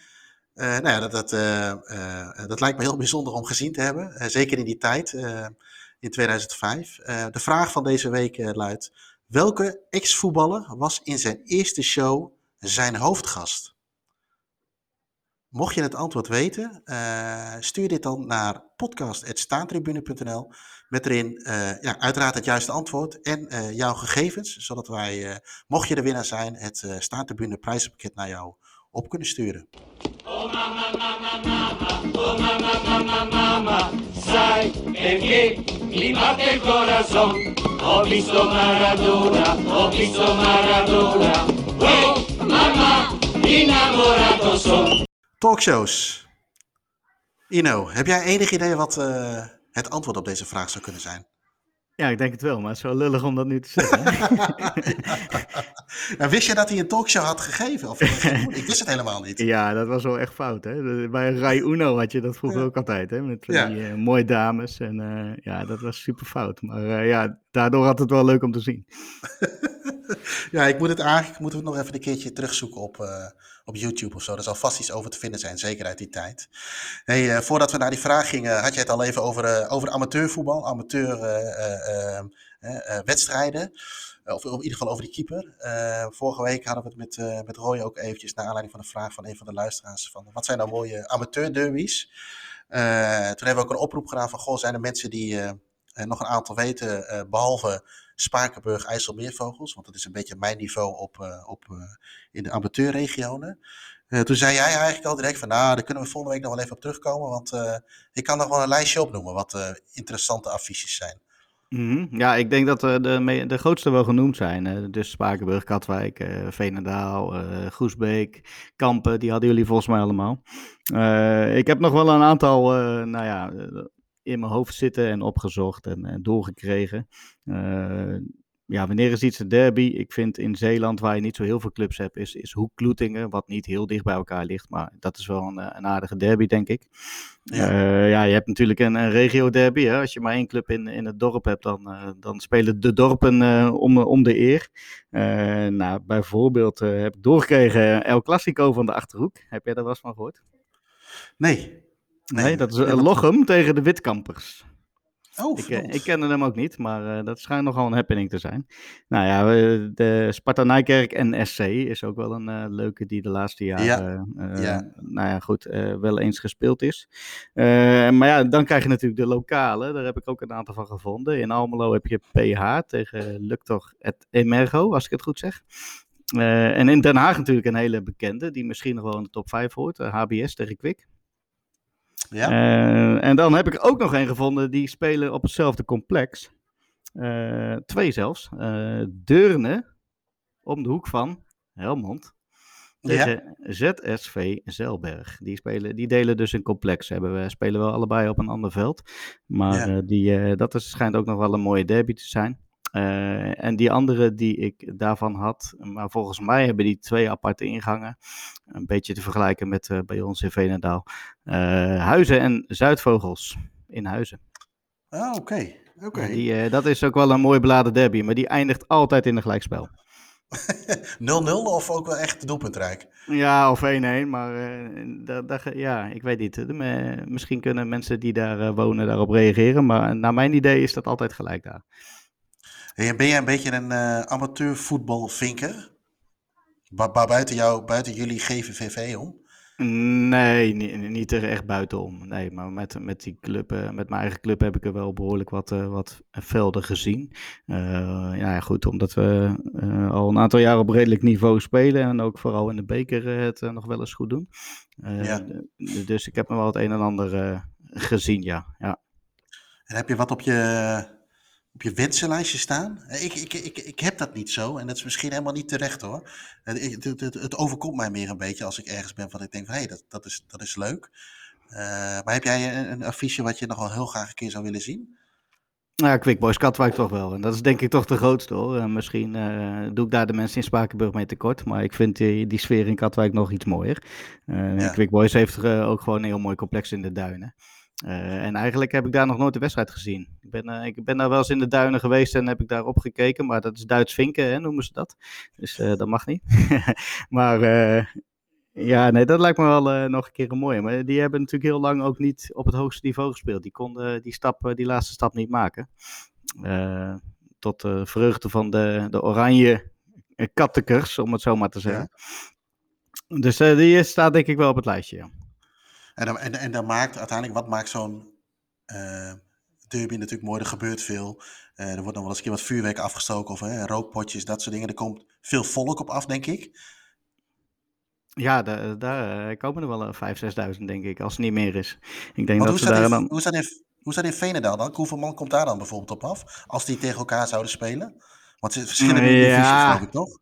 Dat lijkt me heel bijzonder om gezien te hebben. Zeker in die tijd, in 2005. De vraag van deze week luidt: welke ex-voetballer was in zijn eerste show zijn hoofdgast? Mocht je het antwoord weten, stuur dit dan naar podcast@staantribune.nl met erin uiteraard het juiste antwoord en jouw gegevens, zodat wij, mocht je de winnaar zijn, het Staantribune prijzenpakket naar jou op kunnen sturen. Oh mama, mama, mama, oh mama, mama, mama, sai perché mi batte il corazon. Ho visto Maradona, oh mama, innamorato son. Talkshows. Ino, heb jij enig idee wat het antwoord op deze vraag zou kunnen zijn? Ja, ik denk het wel, maar het is wel lullig om dat nu te zeggen. Ja, wist je dat hij een talkshow had gegeven? Of ik wist het helemaal niet. Ja, dat was wel echt fout. Hè? Bij Rai Uno had je dat vroeger ook altijd, hè? Met van die mooie dames. En ja, dat was super fout. Maar ja, daardoor had het wel leuk om te zien. Ja, moeten we het nog even een keertje terugzoeken op YouTube of zo. Er zal vast iets over te vinden zijn, zeker uit die tijd. Hey, voordat we naar die vraag gingen, had je het al even over amateurvoetbal, wedstrijden. Of in ieder geval over die keeper. Vorige week hadden we het met Roy ook eventjes, naar aanleiding van een vraag van een van de luisteraars, van wat zijn nou mooie amateurderbies? Toen hebben we ook een oproep gedaan van, goh, zijn er mensen die nog een aantal weten, behalve Spakenburg, IJsselmeervogels, want dat is een beetje mijn niveau in de amateurregionen. Toen zei jij eigenlijk al direct van, nou, daar kunnen we volgende week nog wel even op terugkomen, want ik kan nog wel een lijstje opnoemen wat interessante affiches zijn. Ja, ik denk dat de grootste wel genoemd zijn. Dus Spakenburg, Katwijk, Veenendaal, Groesbeek, Kampen, die hadden jullie volgens mij allemaal. Ik heb nog wel een aantal, in mijn hoofd zitten en opgezocht en doorgekregen. Ja, wanneer is iets een derby? Ik vind in Zeeland, waar je niet zo heel veel clubs hebt, is Hoek-Kloetingen, wat niet heel dicht bij elkaar ligt. Maar dat is wel een aardige derby, denk ik. Ja, je hebt natuurlijk een regio-derby. Hè? Als je maar één club in het dorp hebt, dan spelen de dorpen om de eer. Nou, bijvoorbeeld heb ik doorgekregen El Clasico van de Achterhoek. Heb jij daar wel eens van gehoord? Nee, dat is Lochem tegen de Witkampers. Oh, ik kende hem ook niet, maar dat schijnt nogal een happening te zijn. Nou ja, de Sparta Nijkerk en SC is ook wel een leuke die de laatste jaren, nou ja, goed, wel eens gespeeld is. Maar ja, dan krijg je natuurlijk de lokale. Daar heb ik ook een aantal van gevonden. In Almelo heb je PH tegen Luctor et Emergo, als ik het goed zeg. En in Den Haag natuurlijk een hele bekende, die misschien nog wel in de top 5 hoort. HBS tegen Kwik. Ja. En dan heb ik ook nog een gevonden, die spelen op hetzelfde complex. 2 zelfs. Deurne, om de hoek van Helmond, tegen ZSV Zelberg. Die delen dus een complex. Spelen wel allebei op een ander veld. Maar dat schijnt ook nog wel een mooie derby te zijn. En die andere die ik daarvan had, maar volgens mij hebben die 2 aparte ingangen. Een beetje te vergelijken met bij ons in Veenendaal. Huizen en Zuidvogels in Huizen. Ah, oké. Dat is ook wel een mooi beladen derby, maar die eindigt altijd in een gelijkspel. 0-0 of ook wel echt doelpuntrijk? Ja, of 1-1, maar ja, ik weet niet. Misschien kunnen mensen die daar wonen daarop reageren, maar naar mijn idee is dat altijd gelijk daar. Hey, ben jij een beetje een amateurvoetbalvinker? Buiten jullie GVVV om? Nee, niet er echt buitenom. Nee, maar met die club, met mijn eigen club heb ik er wel behoorlijk wat velden gezien. Ja, goed, omdat we al een aantal jaar op redelijk niveau spelen en ook vooral in de beker het nog wel eens goed doen. Dus ik heb nog wel het een en ander gezien, ja. En heb je wat op je wensenlijstje staan? Ik heb dat niet zo en dat is misschien helemaal niet terecht hoor. Het overkomt mij meer een beetje als ik ergens ben van ik denk van hé, dat is leuk. Maar heb jij een affiche wat je nog wel heel graag een keer zou willen zien? Ja, Quick Boys Katwijk toch wel. En dat is denk ik toch de grootste hoor. Misschien doe ik daar de mensen in Spakenburg mee tekort. Maar ik vind die sfeer in Katwijk nog iets mooier. Quick Boys heeft ook gewoon een heel mooi complex in de duinen. En eigenlijk heb ik daar nog nooit de wedstrijd gezien. Ik ben daar wel eens in de duinen geweest en heb ik daar opgekeken. Maar dat is Duits vinken, hè, noemen ze dat. Dus dat mag niet. Maar ja, nee, dat lijkt me wel nog een keer een mooie. Maar die hebben natuurlijk heel lang ook niet op het hoogste niveau gespeeld. Die konden die laatste stap niet maken. Tot de vreugde van de oranje kattekers, om het zo maar te zeggen. Ja. Dus die staat denk ik wel op het lijstje, ja. En dan wat maakt zo'n derby natuurlijk mooi? Er gebeurt veel. Er wordt nog wel eens een keer wat vuurwerk afgestoken of rookpotjes, dat soort dingen. Er komt veel volk op af, denk ik. Ja, daar komen er wel 5.000, 6.000 denk ik, als het niet meer is. Ik denk hoe is dat in Veenendaal dan? Hoeveel man komt daar dan bijvoorbeeld op af? Als die tegen elkaar zouden spelen? Want ze verschillen in de divisies, geloof ik, toch?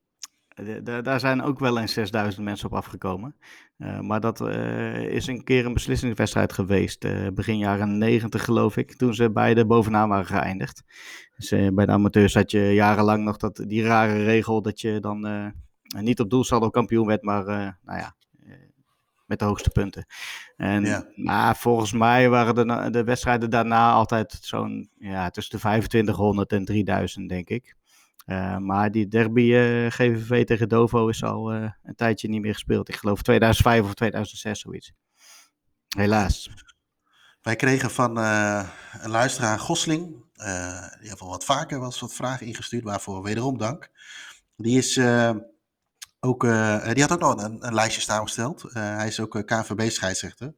Daar zijn ook wel eens 6000 mensen op afgekomen. Maar dat is een keer een beslissingswedstrijd geweest. Begin jaren 90 geloof ik. Toen ze beide bovenaan waren geëindigd. Dus bij de amateurs had je jarenlang nog die rare regel dat je dan niet op doelsaldo kampioen werd. Maar met de hoogste punten. Maar volgens mij waren de wedstrijden daarna altijd zo'n tussen de 2500 en 3000 denk ik. Maar die derby GVV tegen Dovo is al een tijdje niet meer gespeeld. Ik geloof 2005 of 2006 zoiets. Helaas. Wij kregen van een luisteraar Gosling, die heeft al wat vaker wat vragen ingestuurd, waarvoor wederom dank. Die is die had ook nog een lijstje samengesteld. Hij is ook KNVB-scheidsrechter.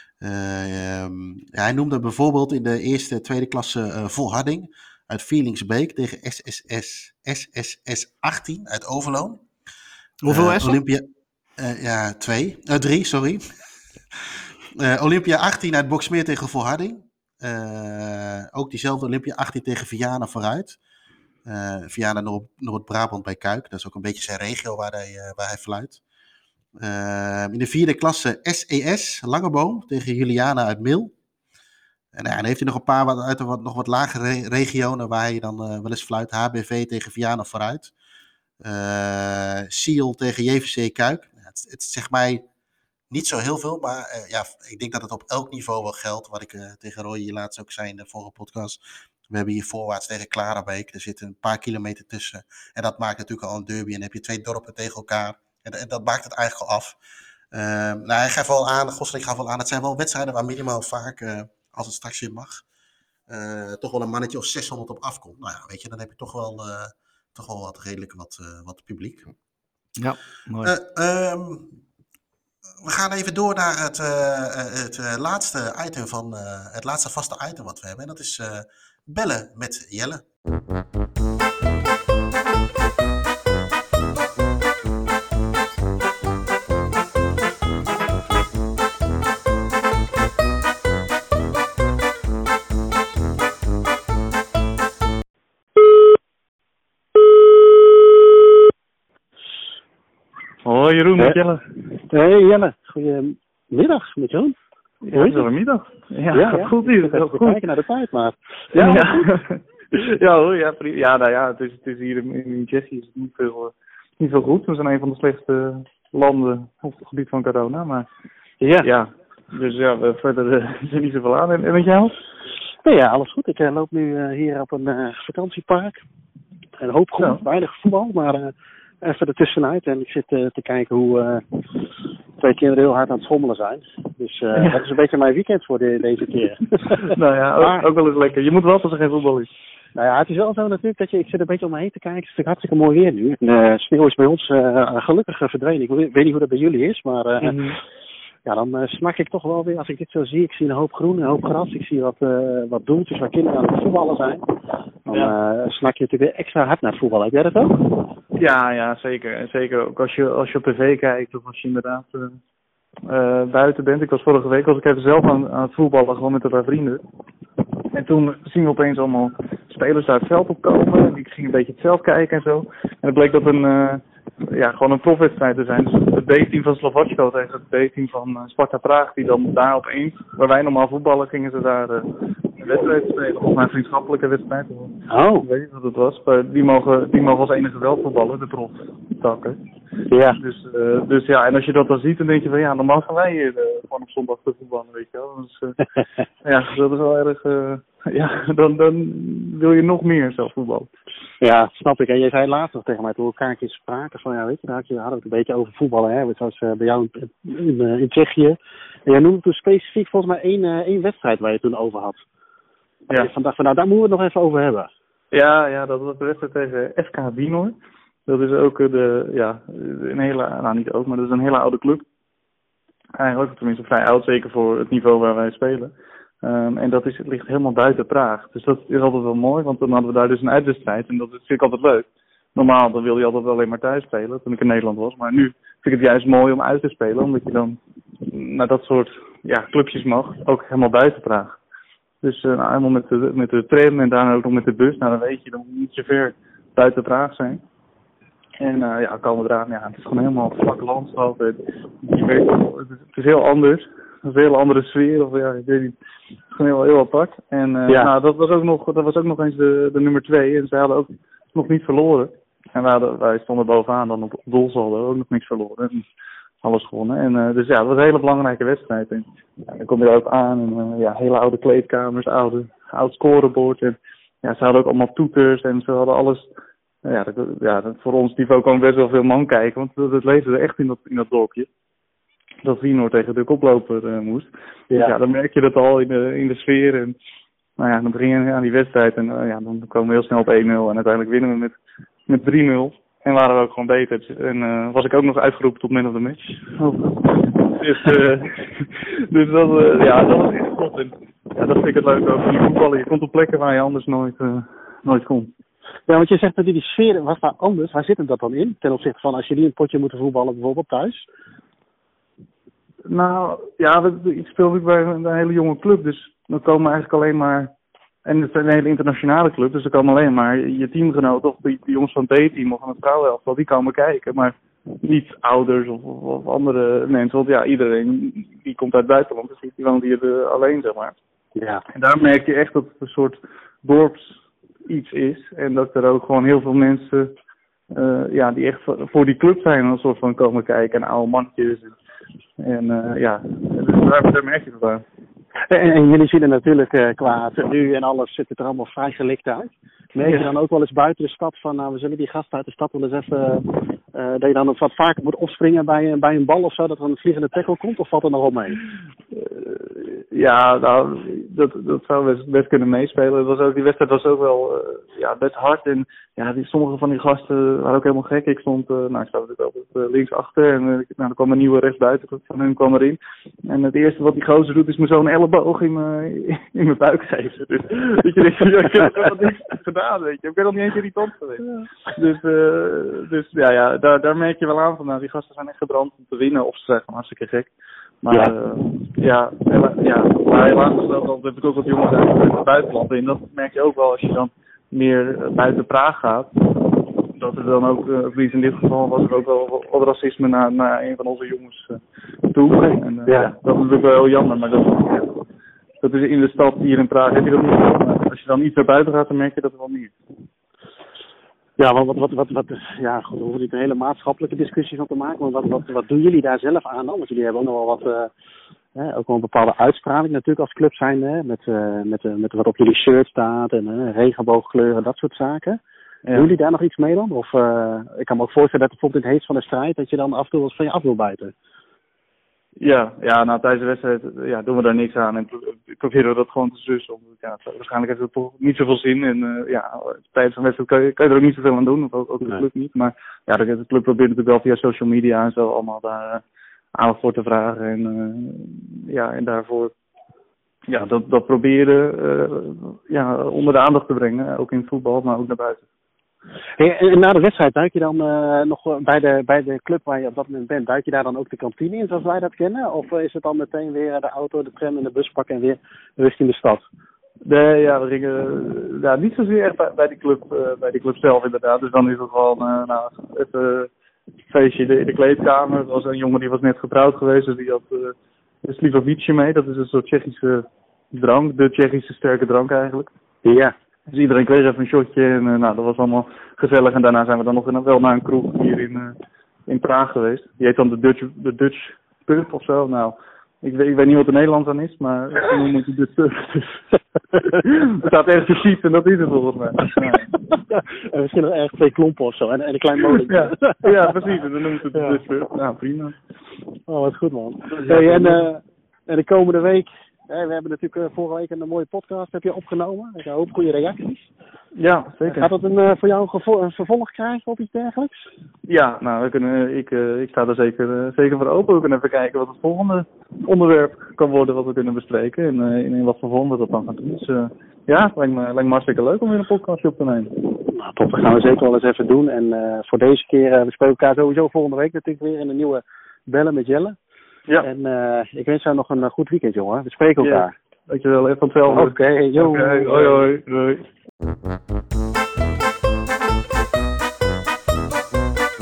Hij noemde bijvoorbeeld in de eerste, tweede klasse Volharding uit Vierlingsbeek tegen SSS 18 uit Overloon. Hoeveel is Olympia? 3, sorry. Olympia 18 uit Boksmeer tegen Volharding. Ook diezelfde Olympia 18 tegen Vianen vooruit. Vianen Noord-Brabant bij Kuik. Dat is ook een beetje zijn regio waar hij fluit. In de vierde klasse SES Langeboom tegen Juliana uit Mil. En dan heeft hij nog een paar uit nog wat lagere regionen waar hij dan wel eens fluit. HBV tegen Vianen vooruit. Siel tegen JVC Kuik. Het zegt mij niet zo heel veel, maar ik denk dat het op elk niveau wel geldt. Wat ik tegen Roy hier laatst ook zei in de vorige podcast. We hebben hier voorwaarts tegen Klarenbeek. Er zitten een paar kilometer tussen. En dat maakt natuurlijk al een derby. En dan heb je 2 dorpen tegen elkaar. En dat maakt het eigenlijk al af. Hij gaf wel aan, Gosling gaf wel aan. Het zijn wel wedstrijden waar minimaal vaak, als het straks weer mag, toch wel een mannetje of 600 op afkomt. Nou ja, weet je, dan heb je toch wel wat redelijk wat publiek. Ja, mooi. We gaan even door naar het laatste item van het laatste vaste item wat we hebben. En dat is bellen met Jelle. Hoi Jeroen, met Jelle. Hey Jelle, goedemiddag met Jeroen. Ja, goedemiddag. Ja, gaat goed hier. Heel goed. Kijken naar de tijd, maar... Ja hoor, ja, prima. Ja, nou ja, het is hier in Tsjechië is het niet veel goed. We zijn een van de slechtste landen op het gebied van corona, maar ja. Dus ja, verder is er niet zoveel aan. En met jou? Ja, alles goed. Ik loop nu hier op een vakantiepark. Een hoop groen, weinig voetbal, maar even ertussenuit. En ik zit te kijken hoe 2 kinderen heel hard aan het schommelen zijn. Dus dat is een beetje mijn weekend voor deze keer. Nou ja, ook wel eens lekker. Je moet wel als er geen voetbal is. Nou ja, het is wel zo natuurlijk dat ik zit een beetje om me heen te kijken. Het is natuurlijk hartstikke mooi weer nu. Sneeuw is bij ons gelukkig verdwenen. Ik weet niet hoe dat bij jullie is, maar ja, dan snak ik toch wel weer als ik dit zo zie. Ik zie een hoop groen, een hoop gras. Ik zie wat doeltjes waar kinderen aan het voetballen zijn. Dan snak je natuurlijk weer extra hard naar het voetballen. Heb jij dat ook? Ja, zeker. En zeker ook als je op tv kijkt of als je inderdaad buiten bent. Ik was vorige week even zelf aan het voetballen, gewoon met een paar vrienden. En toen zien we opeens allemaal spelers daar het veld op komen. En ik ging een beetje het veld kijken en zo. En het bleek dat gewoon een profwedstrijd te zijn. Dus het B-team van Slovatsko tegen het B-team van Sparta Praag. Die dan daar opeens, waar wij normaal voetballen, gingen ze daar een wedstrijd spelen. Of een vriendschappelijke wedstrijd. Ik weet niet wat het was. Maar die mogen als enige wel voetballen, de proftakken. Ja. Dus ja, en als je dat dan ziet, dan denk je van ja, normaal gaan wij hier gewoon op zondag te voetballen, weet je wel. Dus ja, dat is wel erg... dan wil je nog meer zelf voetballen. Ja, snap ik. En jij zei laatst nog tegen mij, toen we elkaar een keer spraken, van ja, weet je, daar hadden we het een beetje over voetballen, hè. Zoals bij jou in Tsjechië. En jij noemde toen specifiek volgens mij één wedstrijd waar je het toen over had. Ja. Ik dacht van, nou, daar moeten we het nog even over hebben. Ja, dat was de wedstrijd tegen FK Winor. Dat is ook een hele, nou niet ook, maar dat is een hele oude club. Eigenlijk tenminste vrij oud, zeker voor het niveau waar wij spelen. En het ligt helemaal buiten Praag. Dus dat is altijd wel mooi, want dan hadden we daar dus een uitwedstrijd. En dat vind ik altijd leuk. Normaal dan wil je altijd alleen maar thuis spelen, toen ik in Nederland was. Maar nu vind ik het juist mooi om uit te spelen, omdat je dan naar dat soort clubjes mag. Ook helemaal buiten Praag. Dus helemaal met de tram en daarna ook nog met de bus. Nou dan weet je, dan moet je ver buiten Praag zijn. En ja, komen we eraan. Ja, het is gewoon helemaal een vlak landschap. Het is heel anders. Een hele andere sfeer. Of ja, ik weet niet. Het is gewoon heel apart. En nou, dat was ook nog eens de nummer 2. En zij hadden ook nog niet verloren. En wij stonden bovenaan dan op doelsaldo. Ook nog niks verloren. En alles gewonnen. En dus ja, het was een hele belangrijke wedstrijd. En ja, dan kom je er ook aan. En ja, hele oude kleedkamers, oud scorebord. En ja, ze hadden ook allemaal toeters. En ze hadden alles. Voor ons niveau kwam best wel veel man kijken. Want het leefde er echt in dat dorpje. Dat Feyenoord tegen de koploper moest. Ja. Dus ja, dan merk je dat al in de sfeer. En nou ja, dan begin je aan die wedstrijd. En ja, dan komen we heel snel op 1-0. En uiteindelijk winnen we met 3-0. En waren we ook gewoon beter. En was ik ook nog uitgeroepen tot man of the match. Dus dat was echt goed. En ja, dat vind ik het leuk over die voetballen. Je komt op plekken waar je anders nooit komt. Ja, want je zegt dat die sfeer was daar anders. Waar zit hem dat dan in? Ten opzichte van als jullie een potje moeten voetballen bijvoorbeeld thuis? Nou, ja, ik speel natuurlijk bij een hele jonge club. Dus dan komen eigenlijk alleen maar... En het is een hele internationale club. Dus dan komen alleen maar je teamgenoten of de jongens van het B-team of van het vrouwenelftal. Die komen kijken. Maar niet ouders of andere mensen. Want ja, iedereen die komt uit het buitenland. Dus die woont hier alleen, zeg maar. Ja. En daar merk je echt dat het een soort dorps iets is. En dat er ook gewoon heel veel mensen die echt voor die club zijn een soort van komen kijken. En oude mannetjes. En daar merk je het aan. En jullie zien er natuurlijk qua tenue en alles zit het er allemaal vrij gelikt uit. Merk je dan ook wel eens buiten de stad van, nou we zullen die gasten uit de stad wel eens even, dat je dan wat vaker moet opspringen bij een bal of zo, dat er een vliegende tackle komt, of valt er nog wel mee? Ja, nou, dat zou best kunnen meespelen. Die wedstrijd was ook wel best hard. En ja, sommige van die gasten waren ook helemaal gek. Ik stond natuurlijk altijd links achter. En er kwam een nieuwe rechtsbuiten van hun kwam erin. En het eerste wat die gozer doet is me zo'n elleboog in mijn buik geven. Dus dat je denkt, ik heb nog niks gedaan, weet je. Ik ben nog niet eens irritant geweest. Dus daar merk je wel aan van, nou, die gasten zijn echt gebrand om te winnen. Of ze zijn gewoon hartstikke gek. Maar maar helaas heb ik ook wat jongens uit het buitenland. En dat merk je ook wel als je dan meer buiten Praag gaat. Dat er dan ook, in dit geval was er ook wel wat racisme naar een van onze jongens toe. En dat is natuurlijk wel heel jammer. Maar dat is in de stad hier in Praag heb je dat niet. Maar als je dan iets naar buiten gaat, dan merk je dat wel niet. Ja, want we hoeven niet een hele maatschappelijke discussie van te maken, maar wat doen jullie daar zelf aan dan? Want jullie hebben ook nog wel ook wel een bepaalde uitspraking natuurlijk als club zijn, met wat op jullie shirt staat en regenboogkleuren, dat soort zaken. Ja. Doen jullie daar nog iets mee dan? Of ik kan me ook voorstellen dat bijvoorbeeld in het heet van de strijd, dat je dan af en toe wat van je af wil bijten. Ja, nou tijdens de wedstrijd doen we daar niks aan en proberen we dat gewoon te sussen. Waarschijnlijk heeft het toch niet zoveel zin en tijdens een wedstrijd kan je er ook niet zoveel aan doen, ook de club niet. Maar ja, de club probeert natuurlijk wel via social media en zo allemaal daar aandacht voor te vragen en daarvoor dat proberen onder de aandacht te brengen, ook in het voetbal, maar ook naar buiten. Hey, en na de wedstrijd, duik je dan nog bij de club waar je op dat moment bent, duik je daar dan ook de kantine in zoals wij dat kennen? Of is het dan meteen weer de auto, de tram en de bus pakken en weer richting de stad? We gingen niet zozeer echt bij die club zelf inderdaad. Dus dan is het gewoon even een feestje in de kleedkamer. Er was een jongen die was net getrouwd geweest, dus die had een Slivovice mee. Dat is een soort Tsjechische drank, de Tsjechische sterke drank eigenlijk. Ja. Dus iedereen kreeg even een shotje en dat was allemaal gezellig. En daarna zijn we dan nog wel naar een kroeg hier in Praag geweest. Die heet dan de Dutch Pub of zo. Nou, ik weet niet wat er Nederlands aan is, maar we noemen het de Dutch Pub. Er staat ergens te fiets en dat is het volgens mij. En misschien nog ergens 2 klompen of zo en een klein molentje. Ja, precies. Dan noemen ze het de Dutch Pub. Nou, prima. Oh, wat goed man. Hey, en de komende week... we hebben natuurlijk vorige week een mooie podcast heb je opgenomen. Ik hoop goede reacties. Ja, zeker. Gaat dat voor jou een vervolg krijgen of iets dergelijks? Ja, nou, ik sta er zeker voor open. We kunnen even kijken wat het volgende onderwerp kan worden wat we kunnen bespreken. En in wat voor vorm we dat dan gaan doen. Dus het lijkt me hartstikke leuk om weer een podcastje op te nemen. Nou, top. Dat gaan we zeker wel eens even doen. En voor deze keer, we spreken elkaar sowieso volgende week natuurlijk weer in een nieuwe Bellen met Jelle. Ja. En ik wens jou nog een goed weekend, jongen. We spreken elkaar. Dankjewel, even van hetzelfde. Oké, hoi.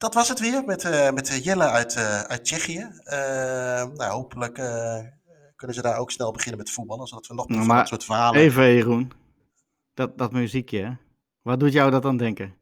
Dat was het weer met Jelle uit Tsjechië. Hopelijk kunnen ze daar ook snel beginnen met voetballen, zodat we nog meer van Maar dat soort verhalen... even Jeroen, dat muziekje, hè? Wat doet jou dat aan denken?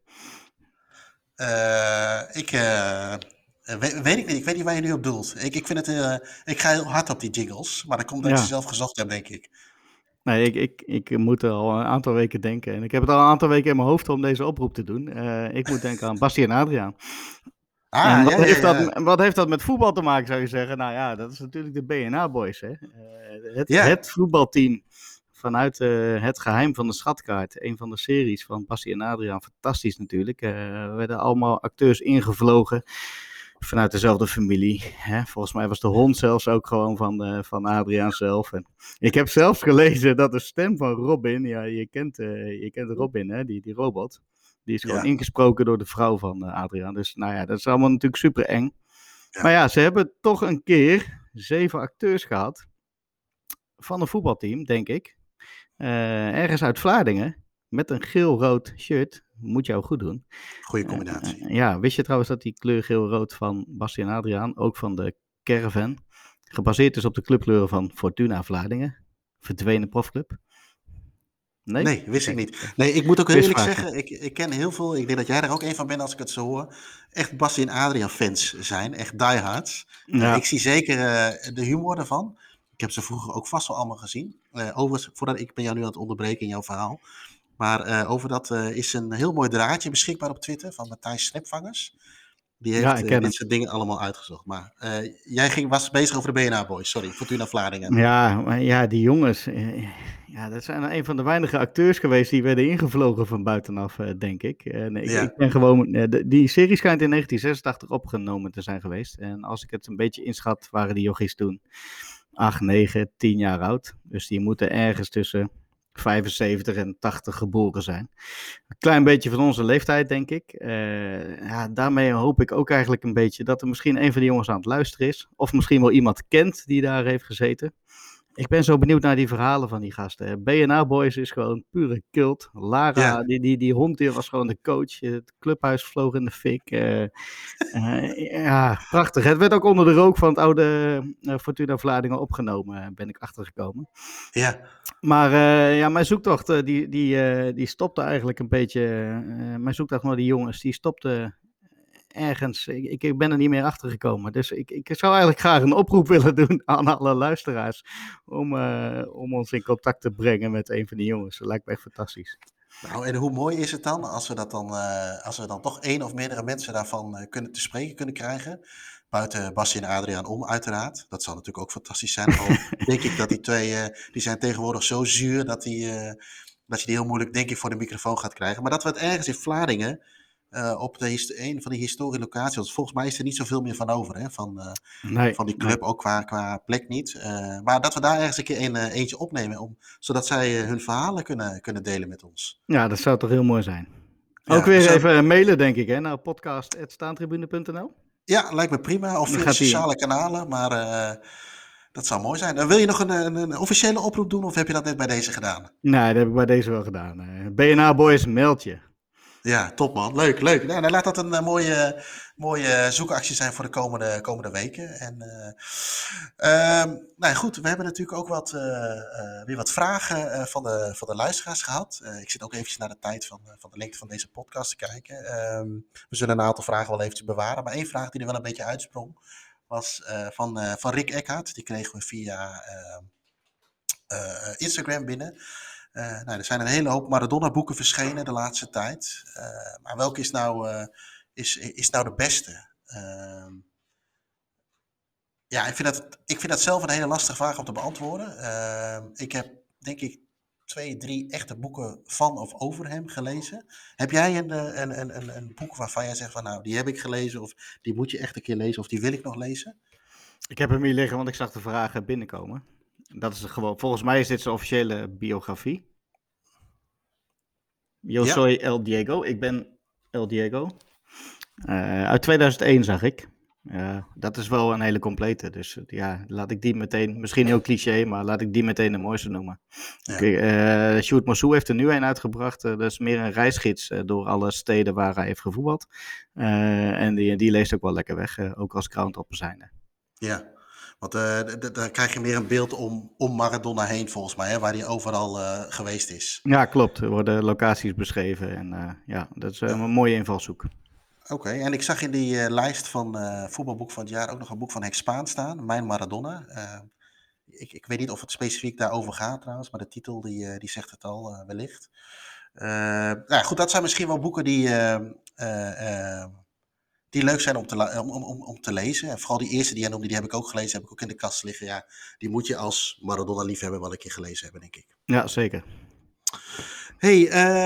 Weet ik niet. Ik weet niet waar je nu op doelt. Ik vind het... ik ga heel hard op die jingles, maar dat komt dat ik ze zelf gezocht heb, denk ik. Nee, ik moet er al een aantal weken denken. En ik heb het al een aantal weken in mijn hoofd om deze oproep te doen. Ik moet denken aan Basti en Adriaan. En wat heeft dat met voetbal te maken, zou je zeggen? Nou ja, dat is natuurlijk de BNA Boys, hè? Het voetbalteam vanuit Het Geheim van de Schatkaart. Een van de series van Basti en Adriaan. Fantastisch natuurlijk. Er werden allemaal acteurs ingevlogen vanuit dezelfde familie. Hè? Volgens mij was de hond zelfs ook gewoon van Adriaan zelf. En ik heb zelfs gelezen dat de stem van Robin, ja, je kent Robin, hè? Die robot. Die is gewoon ingesproken door de vrouw van Adriaan. Dus nou ja, dat is allemaal natuurlijk super eng. Ja. Maar ja, ze hebben toch een keer 7 acteurs gehad van een voetbalteam, denk ik. Ergens uit Vlaardingen, met een geel-rood shirt. Moet jou goed doen. Goeie combinatie. Ja, wist je trouwens dat die kleur geel-rood van Basti en Adriaan, ook van de Caravan, gebaseerd is op de clubkleuren van Fortuna Vlaardingen, verdwenen profclub? Nee, wist ik niet. Nee, ik moet ook heel eerlijk zeggen, ik ken heel veel, ik denk dat jij er ook een van bent als ik het zo hoor, echt Basti en Adriaan fans zijn, echt diehards. Ja. Ik zie zeker de humor ervan. Ik heb ze vroeger ook vast wel allemaal gezien. Overigens, voordat ik ben jou nu aan het onderbreken in jouw verhaal, maar over dat is een heel mooi draadje beschikbaar op Twitter van Matthijs Snapvangers. Die heeft dit soort dingen allemaal uitgezocht. Maar jij was bezig over de BNA Boys, sorry, Fortuna Vlaardingen. Ja, die jongens, dat zijn een van de weinige acteurs geweest die werden ingevlogen van buitenaf, denk ik. En ik ben gewoon, die serie schijnt in 1986 opgenomen te zijn geweest. En als ik het een beetje inschat, waren die jochies toen 8, 9, 10 jaar oud. Dus die moeten ergens tussen 75 en 80 geboren zijn. Een klein beetje van onze leeftijd, denk ik. Daarmee hoop ik ook eigenlijk een beetje dat er misschien een van die jongens aan het luisteren is. Of misschien wel iemand kent die daar heeft gezeten. Ik ben zo benieuwd naar die verhalen van die gasten. BNA Boys is gewoon pure cult. Lara, die hond, die was gewoon de coach. Het clubhuis vloog in de fik. Prachtig. Het werd ook onder de rook van het oude Fortuna Vlaardingen opgenomen, ben ik achtergekomen. Ja. Maar mijn zoektocht, die stopte eigenlijk een beetje. Mijn zoektocht naar die jongens, die stopte ergens. Ik ben er niet meer achter gekomen. Dus ik zou eigenlijk graag een oproep willen doen aan alle luisteraars. Om ons in contact te brengen met een van die jongens. Dat lijkt me echt fantastisch. Nou, en hoe mooi is het dan als we dan toch 1 of meerdere mensen daarvan te spreken kunnen krijgen. Buiten Basti en Adriaan om, uiteraard. Dat zou natuurlijk ook fantastisch zijn. Al denk ik dat die twee, die zijn tegenwoordig zo zuur dat je die heel moeilijk, denk ik, voor de microfoon gaat krijgen. Maar dat we het ergens in Vlaardingen, op een van die historische locaties, want volgens mij is er niet zoveel meer van over, hè, van die club, ook qua plek niet. Maar dat we daar ergens een keer eentje opnemen, zodat zij hun verhalen kunnen delen met ons. Ja, dat zou toch heel mooi zijn. Ook weer even mailen, denk ik, hè, naar podcast@staantribune.nl. Ja, lijkt me prima. Of via sociale kanalen, maar dat zou mooi zijn. Wil je nog een officiële oproep doen of heb je dat net bij deze gedaan? Nee, dat heb ik bij deze wel gedaan. BNA Boys, meld je. Ja, top man. Leuk. Nou, dan laat dat een mooie zoekactie zijn voor de komende weken. En goed, we hebben natuurlijk ook weer wat vragen van de luisteraars gehad. Ik zit ook eventjes naar de tijd van de lengte van deze podcast te kijken. We zullen een aantal vragen wel eventjes bewaren. Maar één vraag die er wel een beetje uitsprong was van Rick Eckhart. Die kregen we via Instagram binnen. Er zijn een hele hoop Maradona-boeken verschenen de laatste tijd. Maar welke is nou de beste? Ik vind dat zelf een hele lastige vraag om te beantwoorden. Ik heb, denk ik, 2, 3 echte boeken van of over hem gelezen. Heb jij een boek waarvan jij zegt van, nou, die heb ik gelezen, of die moet je echt een keer lezen, of die wil ik nog lezen? Ik heb hem hier liggen, want ik zag de vragen binnenkomen. Dat is gewoon, volgens mij is dit zijn officiële biografie. Yo soy El Diego. Ik ben El Diego. Uit 2001 zag ik. Ja, dat is wel een hele complete. Dus ja, laat ik die meteen, misschien heel cliché, maar laat ik die meteen de mooiste noemen. Ja. Kijk, Sjoerd Mossou heeft er nu een uitgebracht. Dat is meer een reisgids door alle steden waar hij heeft gevoetbald. En die leest ook wel lekker weg, ook als groundhopper zijnde. Ja, want daar krijg je meer een beeld om Maradona heen volgens mij, hè, waar hij overal geweest is. Ja, klopt. Er worden locaties beschreven en ja, dat is een mooie invalshoek. Oké, en ik zag in die lijst van voetbalboek van het jaar ook nog een boek van Henk Spaan staan, Mijn Maradona. Ik weet niet of het specifiek daarover gaat trouwens, maar de titel die zegt het al wellicht. Nou goed, dat zijn misschien wel boeken die leuk zijn om te lezen. En vooral die eerste die jij noemde, die heb ik ook gelezen, heb ik ook in de kast liggen. Ja, die moet je als Maradona-liefhebber wel een keer gelezen hebben, denk ik. Ja, zeker. Hey,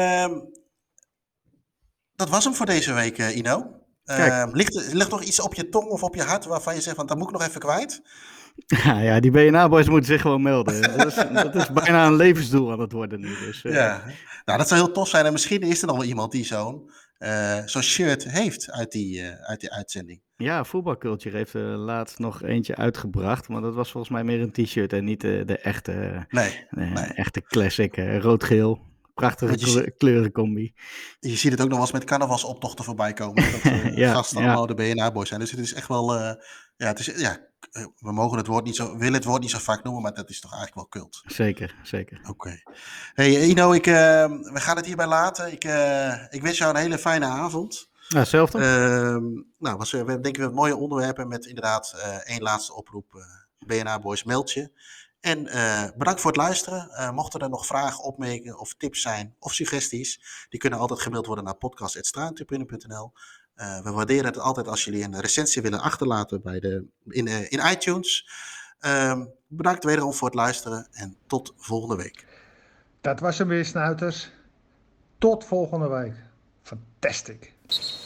dat was hem voor deze week, Ino. Ligt nog iets op je tong of op je hart waarvan je zegt, want dat moet ik nog even kwijt? Ja, die BNA-boys moeten zich gewoon melden. Dat is bijna een levensdoel aan het worden nu. Dus, Ja, nou dat zou heel tof zijn. En misschien is er nog wel iemand die zo'n shirt heeft uit die uitzending. Ja, Voetbalculture heeft laatst nog eentje uitgebracht. Maar dat was volgens mij meer een t-shirt en niet de echte, Nee. echte classic. Rood-geel. Prachtige kleurencombi. Je ziet het ook nog wel eens met carnavalsoptochten voorbij komen. Dat gasten allemaal de BNA-boys zijn. Dus het is echt wel... we mogen willen het woord niet zo vaak noemen, maar dat is toch eigenlijk wel cult. Zeker. Oké. Hey Ino, we gaan het hierbij laten. Ik wens jou een hele fijne avond. Ja, hetzelfde. We hebben denk ik een mooie onderwerpen met inderdaad één laatste oproep. BNA-boys, meld je. En bedankt voor het luisteren. Mochten er nog vragen, opmerkingen of tips zijn of suggesties, die kunnen altijd gemaild worden naar podcast@straattribune.nl. We waarderen het altijd als jullie een recensie willen achterlaten in iTunes. Bedankt wederom voor het luisteren en tot volgende week. Dat was hem weer, Snuiters. Tot volgende week. Fantastic.